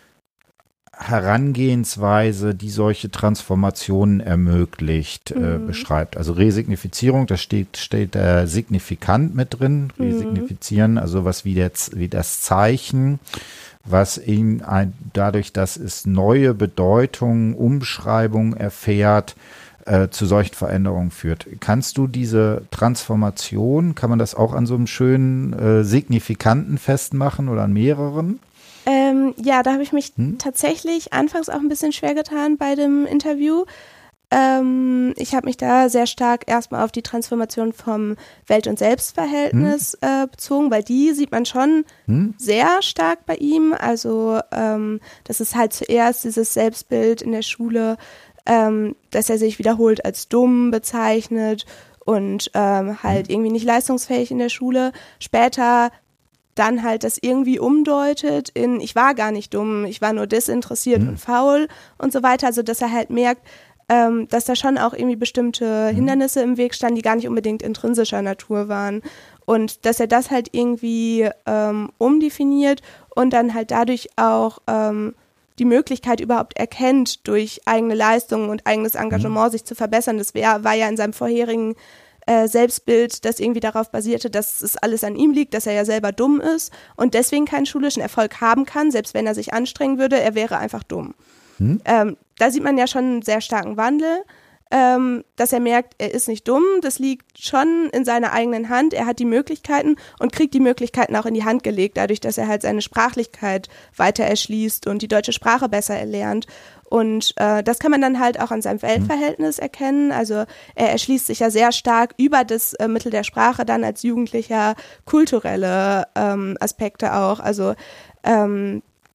Herangehensweise, die solche Transformationen ermöglicht, mhm. äh, beschreibt. Also Resignifizierung, da steht, steht der Signifikant mit drin, mhm. resignifizieren, also was wie, der, wie das Zeichen, was ihn ein, dadurch, dass es neue Bedeutungen, Umschreibungen erfährt, äh, zu solchen Veränderungen führt. Kannst du diese Transformation, kann man das auch an so einem schönen äh, Signifikanten festmachen oder an mehreren? Ähm, ja, da habe ich mich hm? tatsächlich anfangs auch ein bisschen schwer getan bei dem Interview. Ähm, ich habe mich da sehr stark erstmal auf die Transformation vom Welt- und Selbstverhältnis hm? äh, bezogen, weil die sieht man schon hm? sehr stark bei ihm. Also ähm, das ist halt zuerst dieses Selbstbild in der Schule, ähm, dass er sich wiederholt als dumm bezeichnet und ähm, halt hm? irgendwie nicht leistungsfähig in der Schule. Später dann halt das irgendwie umdeutet in, ich war gar nicht dumm, ich war nur desinteressiert mhm. und faul und so weiter. Also dass er halt merkt, ähm, dass da schon auch irgendwie bestimmte mhm. Hindernisse im Weg standen, die gar nicht unbedingt intrinsischer Natur waren. Und dass er das halt irgendwie ähm, umdefiniert und dann halt dadurch auch ähm, die Möglichkeit überhaupt erkennt, durch eigene Leistungen und eigenes Engagement mhm. sich zu verbessern. Das wär, war ja in seinem vorherigen Selbstbild, das irgendwie darauf basierte, dass es alles an ihm liegt, dass er ja selber dumm ist und deswegen keinen schulischen Erfolg haben kann, selbst wenn er sich anstrengen würde, er wäre einfach dumm. Hm. Ähm, da sieht man ja schon einen sehr starken Wandel, ähm, dass er merkt, er ist nicht dumm, das liegt schon in seiner eigenen Hand, er hat die Möglichkeiten und kriegt die Möglichkeiten auch in die Hand gelegt, dadurch, dass er halt seine Sprachlichkeit weiter erschließt und die deutsche Sprache besser erlernt. Und äh, das kann man dann halt auch an seinem Weltverhältnis erkennen. Also er erschließt sich ja sehr stark über das äh, Mittel der Sprache dann als Jugendlicher kulturelle ähm, Aspekte auch. Also ähm,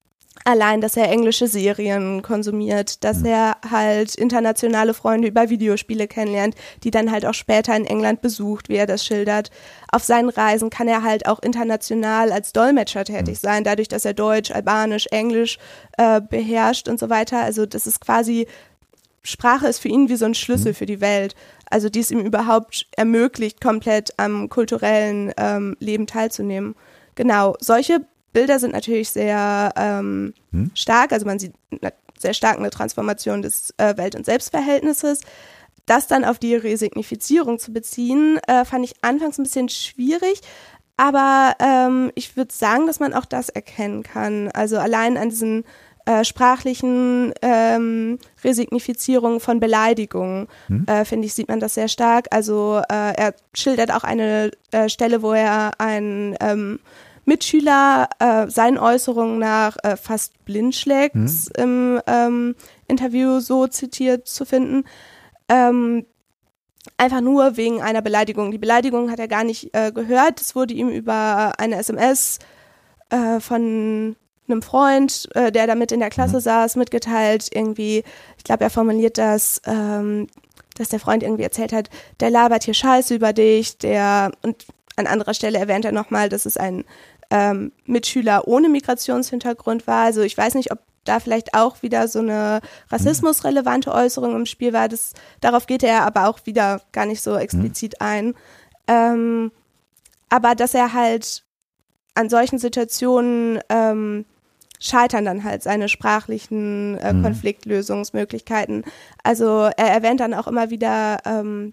Allein, dass er englische Serien konsumiert, dass mhm. er halt internationale Freunde über Videospiele kennenlernt, die dann halt auch später in England besucht, wie er das schildert. Auf seinen Reisen kann er halt auch international als Dolmetscher tätig mhm. sein, dadurch, dass er Deutsch, Albanisch, Englisch äh, beherrscht und so weiter. Also das ist quasi, Sprache ist für ihn wie so ein Schlüssel mhm. für die Welt. Also die es ihm überhaupt ermöglicht, komplett am kulturellen ähm, Leben teilzunehmen. Genau, solche Bilder sind natürlich sehr ähm, hm? stark, also man sieht sehr stark eine Transformation des äh, Welt- und Selbstverhältnisses. Das dann auf die Resignifizierung zu beziehen, äh, fand ich anfangs ein bisschen schwierig, aber ähm, ich würde sagen, dass man auch das erkennen kann. Also allein an diesen äh, sprachlichen ähm, Resignifizierungen von Beleidigungen, hm? äh, finde ich, sieht man das sehr stark. Also äh, er schildert auch eine äh, Stelle, wo er ein ähm, Mitschüler äh, seinen Äußerungen nach äh, fast blind schlägt, hm. im ähm, Interview so zitiert zu finden. Ähm, einfach nur wegen einer Beleidigung. Die Beleidigung hat er gar nicht äh, gehört. Es wurde ihm über eine S M S äh, von einem Freund, äh, der da mit in der Klasse hm. saß, mitgeteilt. Irgendwie, ich glaube, er formuliert das, ähm, dass der Freund irgendwie erzählt hat, der labert hier Scheiße über dich, der, und an anderer Stelle erwähnt er nochmal, dass es ein ähm, Mitschüler ohne Migrationshintergrund war. Also ich weiß nicht, ob da vielleicht auch wieder so eine rassismusrelevante Äußerung im Spiel war. Das, darauf geht er aber auch wieder gar nicht so explizit ein. Ähm, aber dass er halt an solchen Situationen ähm, scheitern dann halt seine sprachlichen äh, Konfliktlösungsmöglichkeiten. Also er erwähnt dann auch immer wieder, ähm,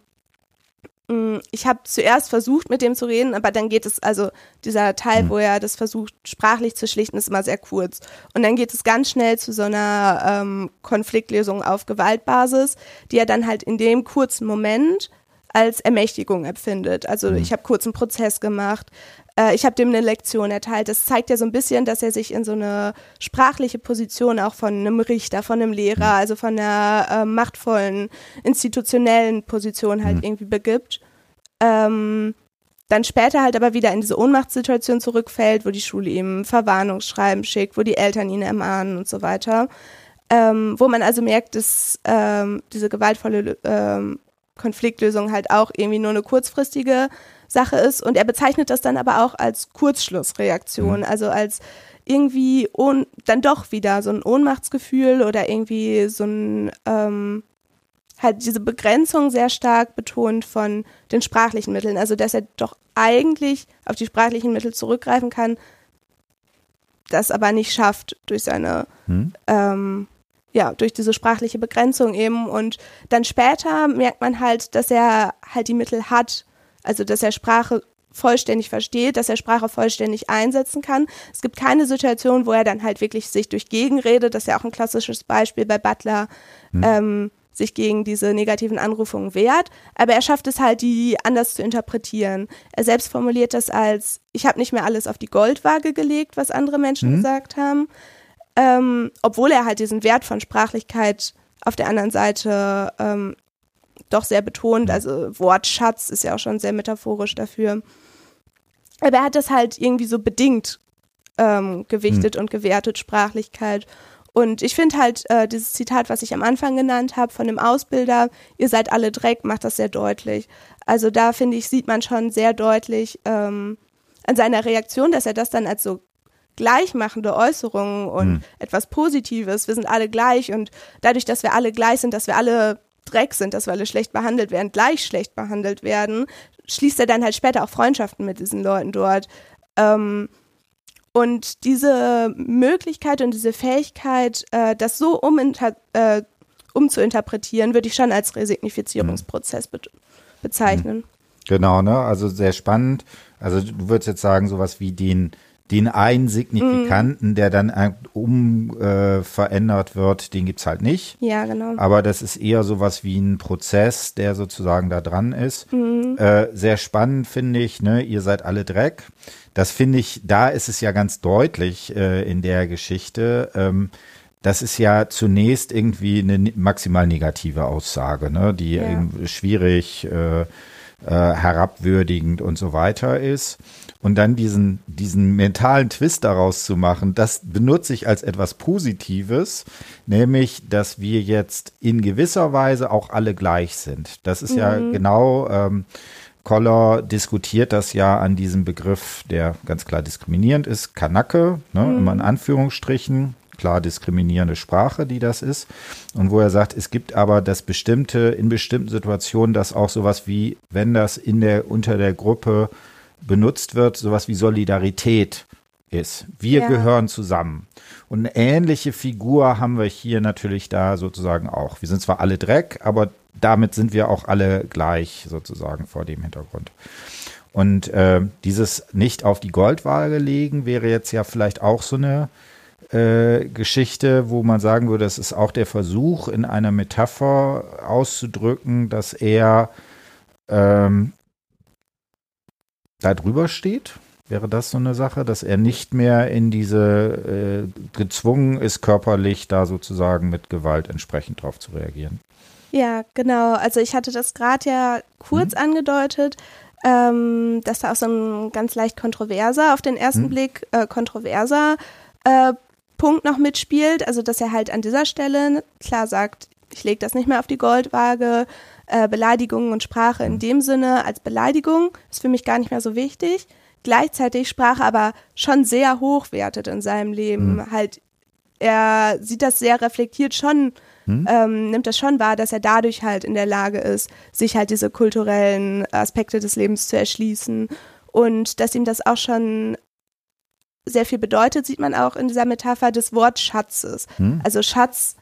ich habe zuerst versucht, mit dem zu reden, aber dann geht es, also dieser Teil, wo er das versucht, sprachlich zu schlichten, ist immer sehr kurz. Und dann geht es ganz schnell zu so einer ähm, Konfliktlösung auf Gewaltbasis, die er dann halt in dem kurzen Moment als Ermächtigung empfindet. Also ich habe kurz einen Prozess gemacht, äh, ich habe dem eine Lektion erteilt. Das zeigt ja so ein bisschen, dass er sich in so eine sprachliche Position auch von einem Richter, von einem Lehrer, also von einer äh, machtvollen, institutionellen Position halt mhm. irgendwie begibt. Ähm, dann später halt aber wieder in diese Ohnmachtssituation zurückfällt, wo die Schule ihm Verwarnungsschreiben schickt, wo die Eltern ihn ermahnen und so weiter. Ähm, wo man also merkt, dass ähm, diese gewaltvolle ähm, Konfliktlösung halt auch irgendwie nur eine kurzfristige Sache ist, und er bezeichnet das dann aber auch als Kurzschlussreaktion, mhm. also als irgendwie ohn, dann doch wieder so ein Ohnmachtsgefühl oder irgendwie so ein ähm, halt diese Begrenzung sehr stark betont von den sprachlichen Mitteln, also dass er doch eigentlich auf die sprachlichen Mittel zurückgreifen kann, das aber nicht schafft durch seine mhm. ähm, ja, durch diese sprachliche Begrenzung eben, und dann später merkt man halt, dass er halt die Mittel hat, also dass er Sprache vollständig versteht, dass er Sprache vollständig einsetzen kann. Es gibt keine Situation, wo er dann halt wirklich sich durch Gegenrede, das ist ja auch ein klassisches Beispiel bei Butler, hm. ähm, sich gegen diese negativen Anrufungen wehrt, aber er schafft es halt, die anders zu interpretieren. Er selbst formuliert das als, ich habe nicht mehr alles auf die Goldwaage gelegt, was andere Menschen hm. gesagt haben, Ähm, obwohl er halt diesen Wert von Sprachlichkeit auf der anderen Seite ähm, doch sehr betont, also Wortschatz ist ja auch schon sehr metaphorisch dafür. Aber er hat das halt irgendwie so bedingt ähm, gewichtet mhm. und gewertet, Sprachlichkeit. Und ich finde halt äh, dieses Zitat, was ich am Anfang genannt habe, von dem Ausbilder, ihr seid alle Dreck, macht das sehr deutlich. Also da, finde ich, sieht man schon sehr deutlich ähm, an seiner Reaktion, dass er das dann als so gleichmachende Äußerungen und hm. etwas Positives, wir sind alle gleich, und dadurch, dass wir alle gleich sind, dass wir alle Dreck sind, dass wir alle schlecht behandelt werden, gleich schlecht behandelt werden, schließt er dann halt später auch Freundschaften mit diesen Leuten dort. Ähm, und diese Möglichkeit und diese Fähigkeit, äh, das so uminter- äh, umzuinterpretieren, würde ich schon als Resignifizierungsprozess be- bezeichnen. Genau, ne? Also sehr spannend. Also du würdest jetzt sagen, sowas wie den Den einen Signifikanten, mm. der dann um äh, verändert wird, den gibt's halt nicht. Ja, genau. Aber das ist eher sowas wie ein Prozess, der sozusagen da dran ist. Mm. Äh, sehr spannend finde ich, ne? Ihr seid alle Dreck. Das finde ich, da ist es ja ganz deutlich äh, in der Geschichte. Ähm, das ist ja zunächst irgendwie eine maximal negative Aussage, ne? Die ja. schwierig äh, äh, herabwürdigend und so weiter ist. Und dann diesen, diesen mentalen Twist daraus zu machen, das benutze ich als etwas Positives, nämlich, dass wir jetzt in gewisser Weise auch alle gleich sind. Das ist mhm. ja genau, ähm, Koller diskutiert das ja an diesem Begriff, der ganz klar diskriminierend ist, Kanake, ne, mhm. immer in Anführungsstrichen, klar diskriminierende Sprache, die das ist. Und wo er sagt, es gibt aber das bestimmte, in bestimmten Situationen, dass auch sowas wie, wenn das in der, unter der Gruppe benutzt wird, sowas wie Solidarität ist. Wir ja. gehören zusammen. Und eine ähnliche Figur haben wir hier natürlich da sozusagen auch. Wir sind zwar alle Dreck, aber damit sind wir auch alle gleich sozusagen vor dem Hintergrund. Und äh, dieses nicht auf die Goldwaage legen wäre jetzt ja vielleicht auch so eine äh, Geschichte, wo man sagen würde, das ist auch der Versuch, in einer Metapher auszudrücken, dass er ähm, da drüber steht? Wäre das so eine Sache, dass er nicht mehr in diese äh, gezwungen ist, körperlich da sozusagen mit Gewalt entsprechend drauf zu reagieren? Ja, genau. Also ich hatte das gerade ja kurz hm. angedeutet, ähm, dass da auch so ein ganz leicht kontroverser, auf den ersten hm. Blick äh, kontroverser äh, Punkt noch mitspielt. Also dass er halt an dieser Stelle klar sagt, ich lege das nicht mehr auf die Goldwaage, äh, Beleidigungen und Sprache in dem Sinne als Beleidigung ist für mich gar nicht mehr so wichtig. Gleichzeitig Sprache aber schon sehr hochwertet in seinem Leben. Mhm. Halt, er sieht das sehr reflektiert schon, mhm. ähm, nimmt das schon wahr, dass er dadurch halt in der Lage ist, sich halt diese kulturellen Aspekte des Lebens zu erschließen. Und dass ihm das auch schon sehr viel bedeutet, sieht man auch in dieser Metapher des Wortschatzes. Mhm. Also Schatz,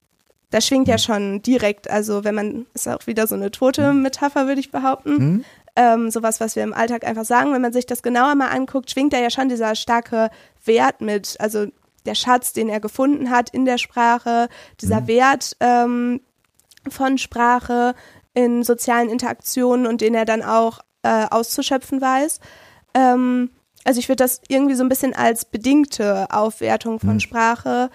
das schwingt mhm. ja schon direkt, also wenn man, ist auch wieder so eine tote mhm. Metapher, würde ich behaupten. Mhm. Ähm, sowas, was wir im Alltag einfach sagen, wenn man sich das genauer mal anguckt, schwingt da ja schon dieser starke Wert mit, also der Schatz, den er gefunden hat in der Sprache, dieser mhm. Wert ähm, von Sprache in sozialen Interaktionen und den er dann auch äh, auszuschöpfen weiß. Ähm, also ich würde das irgendwie so ein bisschen als bedingte Aufwertung von mhm. Sprache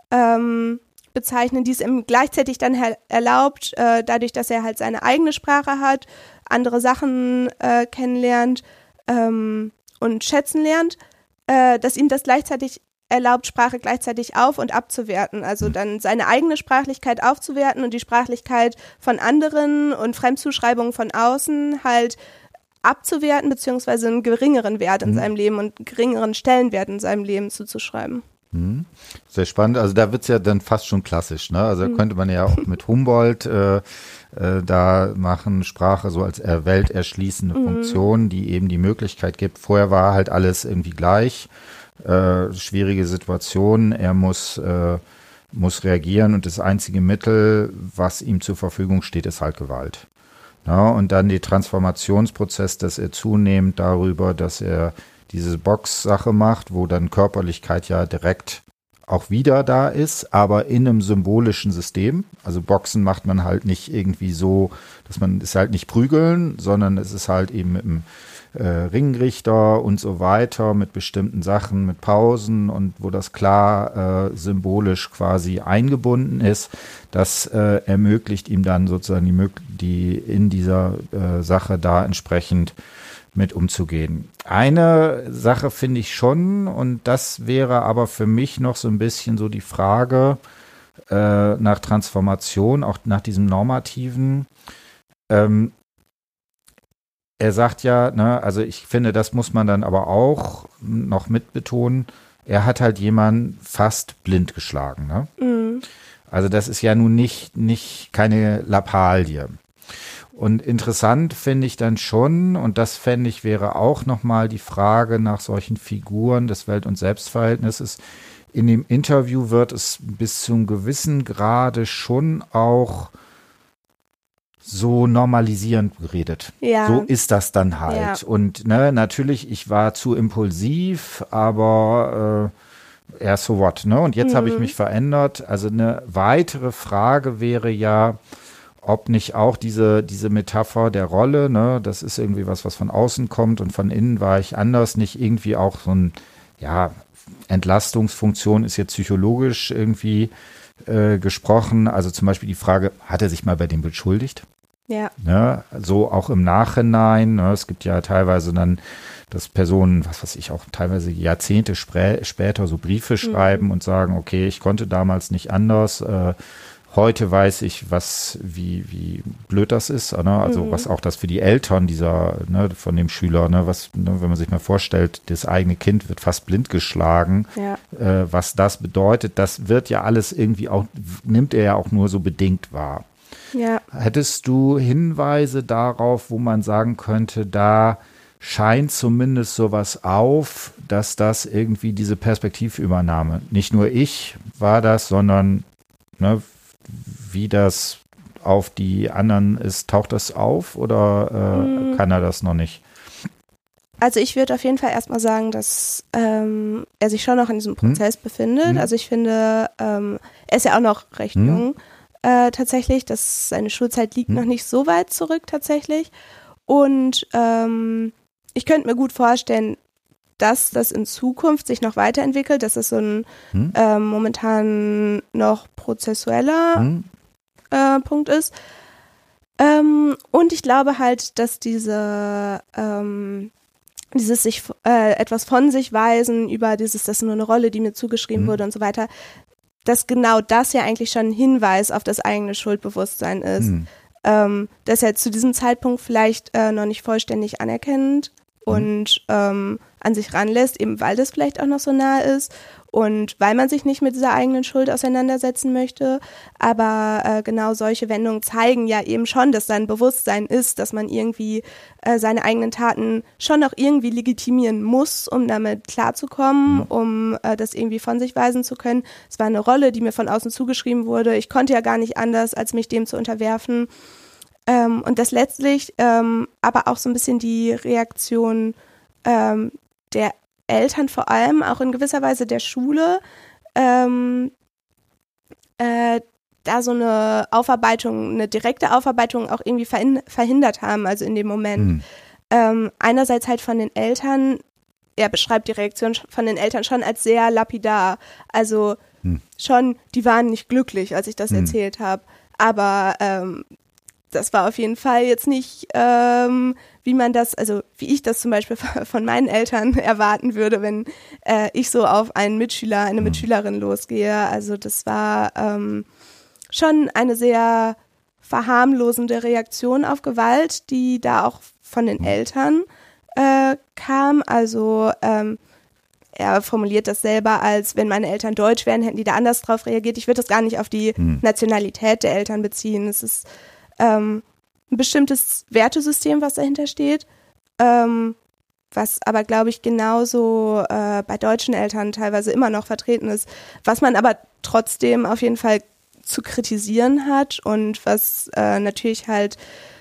ähm, bezeichnen, die es ihm gleichzeitig dann her- erlaubt, äh, dadurch, dass er halt seine eigene Sprache hat, andere Sachen äh, kennenlernt ähm, und schätzen lernt, äh, dass ihm das gleichzeitig erlaubt, Sprache gleichzeitig auf- und abzuwerten. Also dann seine eigene Sprachlichkeit aufzuwerten und die Sprachlichkeit von anderen und Fremdzuschreibungen von außen halt abzuwerten, beziehungsweise einen geringeren Wert in mhm. seinem Leben und einen geringeren Stellenwert in seinem Leben zuzuschreiben. Mhm. Sehr spannend. Also da wird's ja dann fast schon klassisch, ne? Also da mhm. könnte man ja auch mit Humboldt äh, äh, da machen, Sprache so als äh, welterschließende mhm. Funktion, die eben die Möglichkeit gibt. Vorher war halt alles irgendwie gleich, äh, schwierige Situation, er muss, äh, muss reagieren und das einzige Mittel, was ihm zur Verfügung steht, ist halt Gewalt. Ja, und dann der Transformationsprozess, dass er zunehmend darüber, dass er diese Box-Sache macht, wo dann Körperlichkeit ja direkt auch wieder da ist, aber in einem symbolischen System. Also Boxen macht man halt nicht irgendwie so, dass man es halt nicht prügeln, sondern es ist halt eben mit einem äh, Ringrichter und so weiter, mit bestimmten Sachen, mit Pausen und wo das klar äh, symbolisch quasi eingebunden ist. Das äh, ermöglicht ihm dann sozusagen die, die in dieser äh, Sache da entsprechend mit umzugehen. Eine Sache finde ich schon, und das wäre aber für mich noch so ein bisschen so die Frage äh, nach Transformation, auch nach diesem Normativen. Ähm, er sagt ja, ne, also ich finde, das muss man dann aber auch noch mit betonen, er hat halt jemanden fast blind geschlagen. Ne? Mhm. Also das ist ja nun nicht, nicht keine Lappalie. Und interessant finde ich dann schon, und das fände ich wäre auch nochmal die Frage nach solchen Figuren des Welt- und Selbstverhältnisses. In dem Interview wird es bis zu einem gewissen Grade schon auch so normalisierend geredet. Ja. So ist das dann halt. Ja. Und ne, natürlich, ich war zu impulsiv, aber äh, ja, so what, ne? Und jetzt mhm. habe ich mich verändert. Also eine weitere Frage wäre ja, ob nicht auch diese, diese Metapher der Rolle, ne, das ist irgendwie was, was von außen kommt und von innen war ich anders, nicht irgendwie auch so ein, ja, Entlastungsfunktion ist jetzt psychologisch irgendwie äh, gesprochen. Also zum Beispiel die Frage, hat er sich mal bei dem beschuldigt? Ja. Ne? So auch im Nachhinein. Ne? Es gibt ja teilweise dann, dass Personen, was weiß ich, auch teilweise Jahrzehnte sprä- später so Briefe schreiben mhm. und sagen, okay, ich konnte damals nicht anders. Äh, heute weiß ich, was, wie, wie blöd das ist. Ne? Also mhm. was auch das für die Eltern dieser, ne, von dem Schüler, ne, was, ne, wenn man sich mal vorstellt, das eigene Kind wird fast blind geschlagen, ja. äh, was das bedeutet, das wird ja alles irgendwie auch, nimmt er ja auch nur so bedingt wahr. Ja. Hättest du Hinweise darauf, wo man sagen könnte, da scheint zumindest sowas auf, dass das irgendwie diese Perspektivübernahme, nicht nur ich war das, sondern ne, wie das auf die anderen ist, taucht das auf oder äh, mhm. kann er das noch nicht? Also ich würde auf jeden Fall erstmal sagen, dass ähm, er sich schon noch in diesem Prozess hm? befindet. Hm? Also ich finde, ähm, er ist ja auch noch recht hm? jung äh, tatsächlich. Das, seine Schulzeit liegt hm? noch nicht so weit zurück tatsächlich. Und ähm, ich könnte mir gut vorstellen, dass das in Zukunft sich noch weiterentwickelt, dass es so ein hm? ähm, momentan noch prozessueller hm? äh, Punkt ist. Ähm, und ich glaube halt, dass diese ähm, dieses sich äh, etwas von sich weisen über dieses, das ist nur eine Rolle, die mir zugeschrieben hm? wurde und so weiter, dass genau das ja eigentlich schon ein Hinweis auf das eigene Schuldbewusstsein ist. Hm. Ähm, dass er zu diesem Zeitpunkt vielleicht äh, noch nicht vollständig anerkennend und ähm, an sich ranlässt, eben weil das vielleicht auch noch so nah ist und weil man sich nicht mit dieser eigenen Schuld auseinandersetzen möchte. Aber äh, genau solche Wendungen zeigen ja eben schon, dass da ein Bewusstsein ist, dass man irgendwie äh, seine eigenen Taten schon noch irgendwie legitimieren muss, um damit klarzukommen, mhm. um äh, das irgendwie von sich weisen zu können. Es war eine Rolle, die mir von außen zugeschrieben wurde. Ich konnte ja gar nicht anders, als mich dem zu unterwerfen. Ähm, und das letztlich ähm, aber auch so ein bisschen die Reaktion ähm, der Eltern, vor allem auch in gewisser Weise der Schule, ähm, äh, da so eine Aufarbeitung, eine direkte Aufarbeitung auch irgendwie verhin- verhindert haben, also in dem Moment. Mhm. Ähm, einerseits halt von den Eltern, er beschreibt die Reaktion von den Eltern schon als sehr lapidar, also mhm. schon, die waren nicht glücklich, als ich das mhm. erzählt habe, aber ähm, das war auf jeden Fall jetzt nicht, ähm, wie man das, also wie ich das zum Beispiel von meinen Eltern erwarten würde, wenn äh, ich so auf einen Mitschüler, eine mhm. Mitschülerin losgehe. Also das war ähm, schon eine sehr verharmlosende Reaktion auf Gewalt, die da auch von den Eltern äh, kam. Also ähm, er formuliert das selber als, wenn meine Eltern deutsch wären, hätten die da anders drauf reagiert. Ich würde das gar nicht auf die mhm. Nationalität der Eltern beziehen. Es ist Ähm, ein bestimmtes Wertesystem, was dahinter steht, ähm, was aber, glaube ich, genauso äh, bei deutschen Eltern teilweise immer noch vertreten ist, was man aber trotzdem auf jeden Fall zu kritisieren hat und was äh, natürlich halt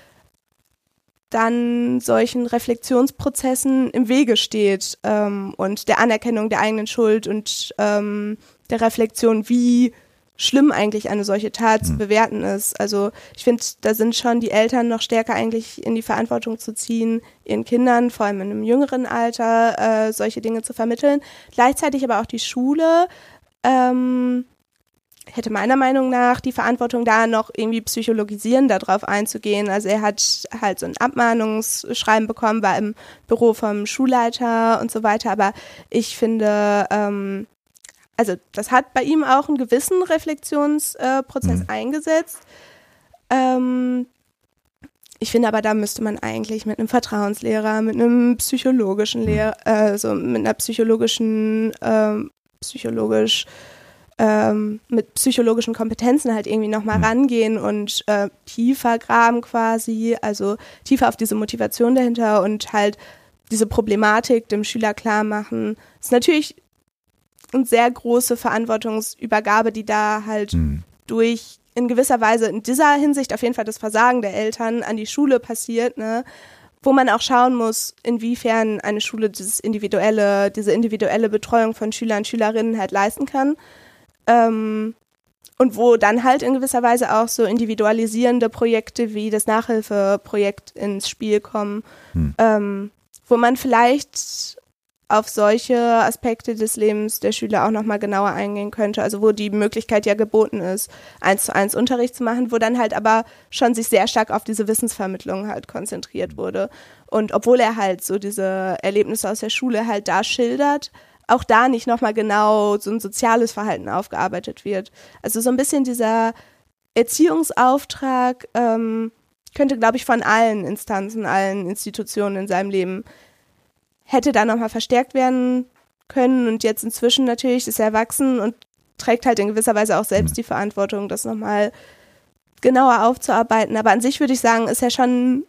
dann solchen Reflexionsprozessen im Wege steht ähm, und der Anerkennung der eigenen Schuld und ähm, der Reflexion, wie schlimm eigentlich eine solche Tat zu bewerten ist. Also ich finde, da sind schon die Eltern noch stärker eigentlich in die Verantwortung zu ziehen, ihren Kindern, vor allem in einem jüngeren Alter, äh, solche Dinge zu vermitteln. Gleichzeitig aber auch die Schule ähm, hätte meiner Meinung nach die Verantwortung, da noch irgendwie psychologisierend darauf einzugehen. Also er hat halt so ein Abmahnungsschreiben bekommen, war im Büro vom Schulleiter und so weiter. Aber ich finde, ähm, also das hat bei ihm auch einen gewissen Reflexionsprozess äh, mhm. eingesetzt. Ähm, ich finde aber, da müsste man eigentlich mit einem Vertrauenslehrer, mit einem psychologischen Lehrer, also mit einer psychologischen, ähm, psychologisch, ähm, mit psychologischen Kompetenzen halt irgendwie nochmal mhm. rangehen und äh, tiefer graben quasi, also tiefer auf diese Motivation dahinter und halt diese Problematik dem Schüler klar machen. Das ist natürlich eine sehr große Verantwortungsübergabe, die da halt mhm. durch in gewisser Weise in dieser Hinsicht auf jeden Fall das Versagen der Eltern an die Schule passiert, ne, wo man auch schauen muss, inwiefern eine Schule dieses individuelle, diese individuelle Betreuung von Schülern und Schülerinnen halt leisten kann. Ähm, und wo dann halt in gewisser Weise auch so individualisierende Projekte wie das Nachhilfeprojekt ins Spiel kommen, hm. ähm, wo man vielleicht auf solche Aspekte des Lebens der Schüler auch nochmal genauer eingehen könnte. Also wo die Möglichkeit ja geboten ist, eins zu eins Unterricht zu machen, wo dann halt aber schon sich sehr stark auf diese Wissensvermittlung halt konzentriert wurde. Und obwohl er halt so diese Erlebnisse aus der Schule halt da schildert, auch da nicht nochmal genau so ein soziales Verhalten aufgearbeitet wird. Also so ein bisschen dieser Erziehungsauftrag ähm, könnte, glaube ich, von allen Instanzen, allen Institutionen in seinem Leben hätte da nochmal verstärkt werden können. Und jetzt inzwischen natürlich ist er erwachsen und trägt halt in gewisser Weise auch selbst die Verantwortung, das nochmal genauer aufzuarbeiten. Aber an sich würde ich sagen, ist er schon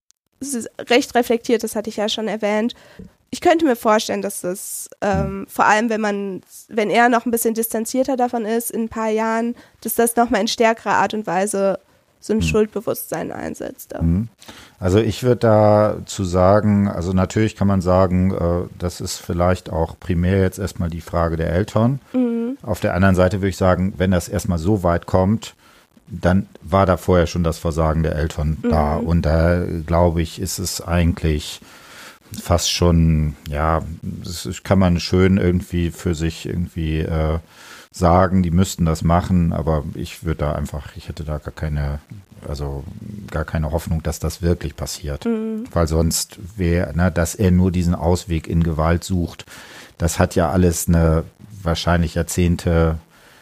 ist recht reflektiert, das hatte ich ja schon erwähnt. Ich könnte mir vorstellen, dass das ähm, vor allem, wenn man, wenn er noch ein bisschen distanzierter davon ist, in ein paar Jahren, dass das nochmal in stärkerer Art und Weise so ein mhm. Schuldbewusstsein einsetzt. Mhm. Also ich würde dazu sagen, also natürlich kann man sagen, äh, das ist vielleicht auch primär jetzt erstmal die Frage der Eltern. Mhm. Auf der anderen Seite würde ich sagen, wenn das erstmal so weit kommt, dann war da vorher schon das Versagen der Eltern mhm. da. Und da, glaube ich, ist es eigentlich fast schon, ja, das kann man schön irgendwie für sich irgendwie äh, sagen, die müssten das machen, aber ich würde da einfach, ich hätte da gar keine, also gar keine Hoffnung, dass das wirklich passiert. Mhm. Weil sonst wäre, ne, dass er nur diesen Ausweg in Gewalt sucht, das hat ja alles eine wahrscheinlich Jahrzehnte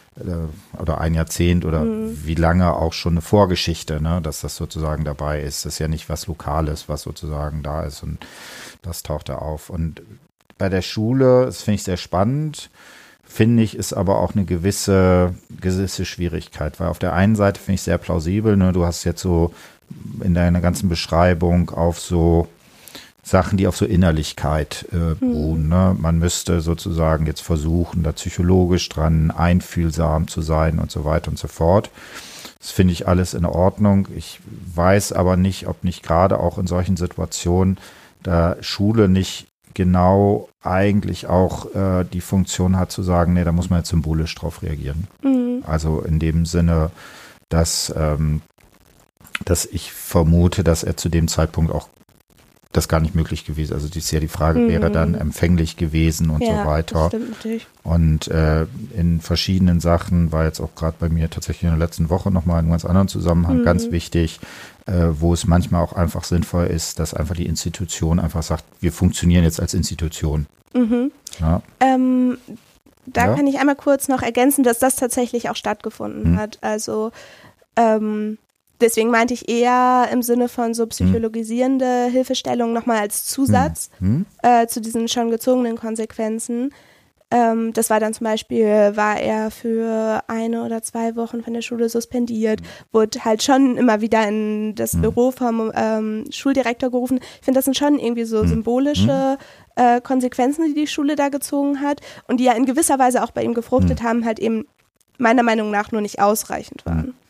äh, oder ein Jahrzehnt oder mhm. wie lange auch schon eine Vorgeschichte, ne, dass das sozusagen dabei ist. Das ist ja nicht was Lokales, was sozusagen da ist und das taucht da auf. Und bei der Schule, das finde ich sehr spannend, finde ich, ist aber auch eine gewisse, gewisse Schwierigkeit, weil auf der einen Seite finde ich sehr plausibel, ne, du hast jetzt so in deiner ganzen Beschreibung auf so Sachen, die auf so Innerlichkeit äh, beruhen. Mhm. Ne? Man müsste sozusagen jetzt versuchen, da psychologisch dran einfühlsam zu sein und so weiter und so fort. Das finde ich alles in Ordnung. Ich weiß aber nicht, ob nicht gerade auch in solchen Situationen da Schule nicht genau eigentlich auch äh, die Funktion hat zu sagen, nee, da muss man jetzt symbolisch drauf reagieren. Mhm. Also in dem Sinne, dass, ähm, dass ich vermute, dass er zu dem Zeitpunkt auch das gar nicht möglich gewesen. Also das ist ja die Frage, mhm. wäre dann empfänglich gewesen und ja, so weiter. Das stimmt natürlich. Und äh, in verschiedenen Sachen war jetzt auch gerade bei mir tatsächlich in der letzten Woche nochmal in einem ganz anderen Zusammenhang mhm. ganz wichtig, äh, wo es manchmal auch einfach sinnvoll ist, dass einfach die Institution einfach sagt, wir funktionieren jetzt als Institution. Mhm. Ja. Ähm, da ja. kann ich einmal kurz noch ergänzen, dass das tatsächlich auch stattgefunden mhm. hat. Also ähm, deswegen meinte ich eher im Sinne von so psychologisierende Hilfestellung nochmal als Zusatz hm. äh, zu diesen schon gezogenen Konsequenzen. Ähm, das war dann zum Beispiel, war er für eine oder zwei Wochen von der Schule suspendiert, hm. wurde halt schon immer wieder in das hm. Büro vom ähm, Schuldirektor gerufen. Ich finde, das sind schon irgendwie so hm. symbolische äh, Konsequenzen, die die Schule da gezogen hat und die ja in gewisser Weise auch bei ihm gefruchtet hm. haben, halt eben meiner Meinung nach nur nicht ausreichend waren. Hm.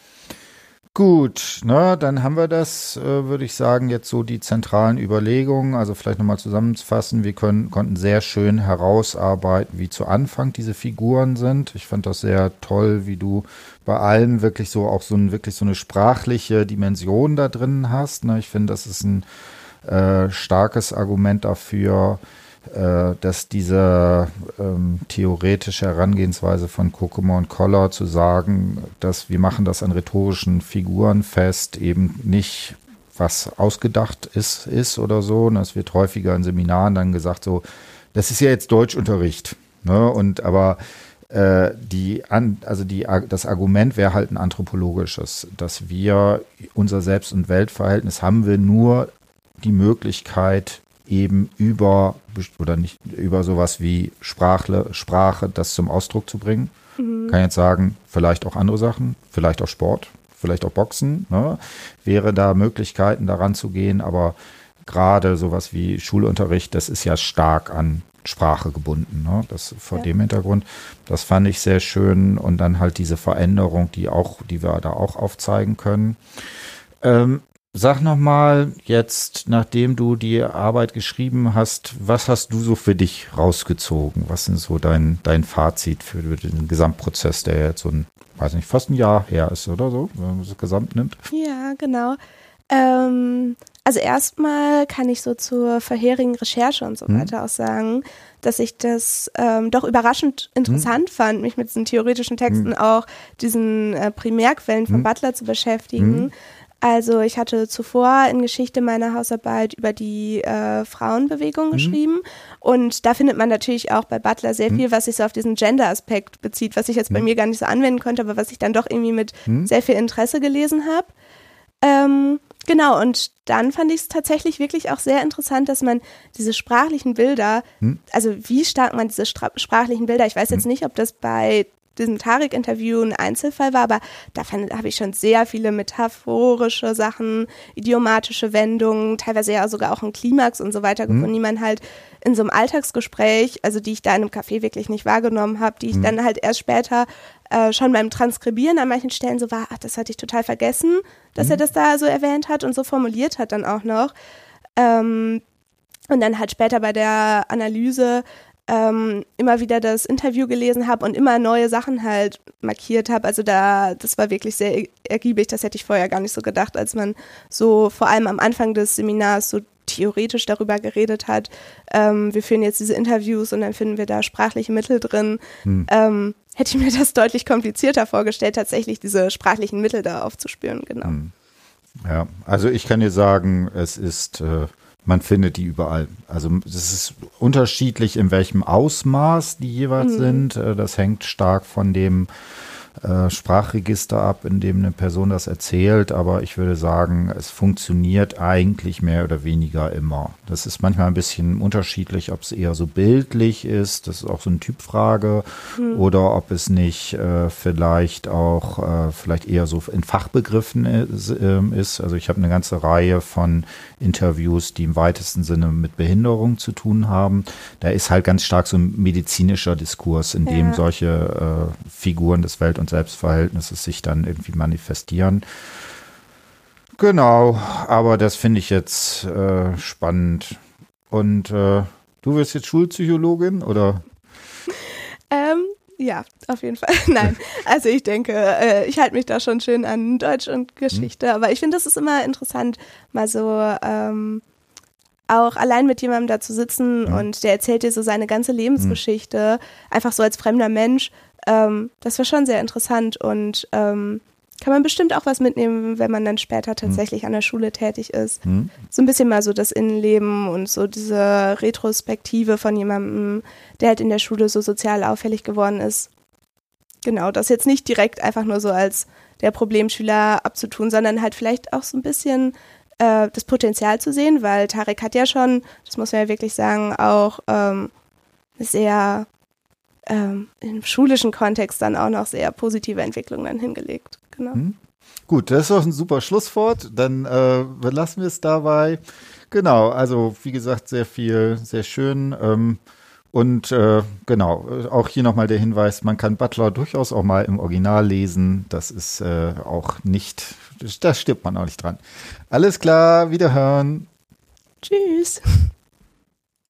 Gut, ne, dann haben wir das, äh, würde ich sagen, jetzt so die zentralen Überlegungen, also vielleicht nochmal zusammenzufassen. Wir können, konnten sehr schön herausarbeiten, wie zu Anfang diese Figuren sind. Ich fand das sehr toll, wie du bei allem wirklich so auch so ein, wirklich so eine sprachliche Dimension da drin hast. Ne? Ich finde, das ist ein äh, starkes Argument dafür, äh, dass diese ähm, theoretische Herangehensweise von Kokemoor und Koller zu sagen, dass wir machen das an rhetorischen Figuren fest, eben nicht was ausgedacht ist, ist oder so. Und es wird häufiger in Seminaren dann gesagt, so, das ist ja jetzt Deutschunterricht. Ne? Und aber äh, die, an, also die, das Argument wäre halt ein anthropologisches, dass wir unser Selbst- und Weltverhältnis haben wir nur die Möglichkeit, eben über oder nicht über sowas wie Sprachle, Sprache das zum Ausdruck zu bringen. Mhm. Kann jetzt sagen, vielleicht auch andere Sachen, vielleicht auch Sport, vielleicht auch Boxen, ne? Wäre da Möglichkeiten daran zu gehen, aber gerade sowas wie Schulunterricht, das ist ja stark an Sprache gebunden, ne? Das vor ja. dem Hintergrund, das fand ich sehr schön und dann halt diese Veränderung, die auch, die wir da auch aufzeigen können. Ähm, Sag nochmal jetzt, nachdem du die Arbeit geschrieben hast, was hast du so für dich rausgezogen? Was ist so dein, dein Fazit für den Gesamtprozess, der jetzt so ein, weiß nicht, fast ein Jahr her ist oder so, wenn man es gesamt nimmt? Ja, genau. Ähm, also erstmal kann ich so zur vorherigen Recherche und so Hm. weiter auch sagen, dass ich das ähm, doch überraschend interessant hm. fand, mich mit diesen theoretischen Texten, hm. auch diesen äh, Primärquellen von hm. Butler zu beschäftigen. Hm. Also ich hatte zuvor in Geschichte meiner Hausarbeit über die äh, Frauenbewegung mhm. geschrieben und da findet man natürlich auch bei Butler sehr viel, was sich so auf diesen Gender-Aspekt bezieht, was ich jetzt mhm. bei mir gar nicht so anwenden konnte, aber was ich dann doch irgendwie mit mhm. sehr viel Interesse gelesen habe. Ähm, genau, und dann fand ich es tatsächlich wirklich auch sehr interessant, dass man diese sprachlichen Bilder, mhm. also wie stark man diese stra- sprachlichen Bilder, ich weiß jetzt nicht, ob das bei diesem Tarek-Interview ein Einzelfall war, aber da habe ich schon sehr viele metaphorische Sachen, idiomatische Wendungen, teilweise ja sogar auch einen Klimax und so weiter mhm. gefunden, die man halt in so einem Alltagsgespräch, also die ich da in einem Café wirklich nicht wahrgenommen habe, die ich mhm. dann halt erst später äh, schon beim Transkribieren an manchen Stellen so war, ach, das hatte ich total vergessen, dass mhm. er das da so erwähnt hat und so formuliert hat dann auch noch. Ähm, und dann halt später bei der Analyse Ähm, immer wieder das Interview gelesen habe und immer neue Sachen halt markiert habe. Also da, das war wirklich sehr ergiebig, das hätte ich vorher gar nicht so gedacht, als man so vor allem am Anfang des Seminars so theoretisch darüber geredet hat, ähm, wir führen jetzt diese Interviews und dann finden wir da sprachliche Mittel drin. Hm. Ähm, hätte ich mir das deutlich komplizierter vorgestellt, tatsächlich diese sprachlichen Mittel da aufzuspüren, genau. Hm. Ja, also ich kann dir sagen, es ist äh man findet die überall. Also es ist unterschiedlich, in welchem Ausmaß die jeweils mhm. sind. Das hängt stark von dem äh, Sprachregister ab, in dem eine Person das erzählt. Aber ich würde sagen, es funktioniert eigentlich mehr oder weniger immer. Das ist manchmal ein bisschen unterschiedlich, ob es eher so bildlich ist. Das ist auch so eine Typfrage. Mhm. Oder ob es nicht äh, vielleicht auch äh, vielleicht eher so in Fachbegriffen ist. Äh, ist. Also ich habe eine ganze Reihe von Interviews, die im weitesten Sinne mit Behinderung zu tun haben. Da ist halt ganz stark so ein medizinischer Diskurs, in dem ja. solche äh, Figuren des Welt- und Selbstverhältnisses sich dann irgendwie manifestieren. Genau, aber das finde ich jetzt äh, spannend. Und äh, du wirst jetzt Schulpsychologin, oder? Ähm, ja, auf jeden Fall. Nein, also ich denke, äh, ich halte mich da schon schön an Deutsch und Geschichte, hm. aber ich finde, das ist immer interessant, mal so ähm, auch allein mit jemandem da zu sitzen hm. und der erzählt dir so seine ganze Lebensgeschichte, hm. einfach so als fremder Mensch. Ähm, das war schon sehr interessant und ähm, kann man bestimmt auch was mitnehmen, wenn man dann später tatsächlich hm. an der Schule tätig ist. Hm. So ein bisschen mal so das Innenleben und so diese Retrospektive von jemandem, der halt in der Schule so sozial auffällig geworden ist. Genau, das jetzt nicht direkt einfach nur so als der Problemschüler abzutun, sondern halt vielleicht auch so ein bisschen äh, das Potenzial zu sehen, weil Tarek hat ja schon, das muss man ja wirklich sagen, auch ähm, sehr ähm, im schulischen Kontext dann auch noch sehr positive Entwicklungen dann hingelegt. Genau. Hm. Gut, das ist doch ein super Schlusswort. Dann äh, belassen wir es dabei. Genau, also wie gesagt, sehr viel, sehr schön. Ähm, und äh, genau, auch hier nochmal der Hinweis, man kann Butler durchaus auch mal im Original lesen. Das ist äh, auch nicht, da stirbt man auch nicht dran. Alles klar, wiederhören. Tschüss.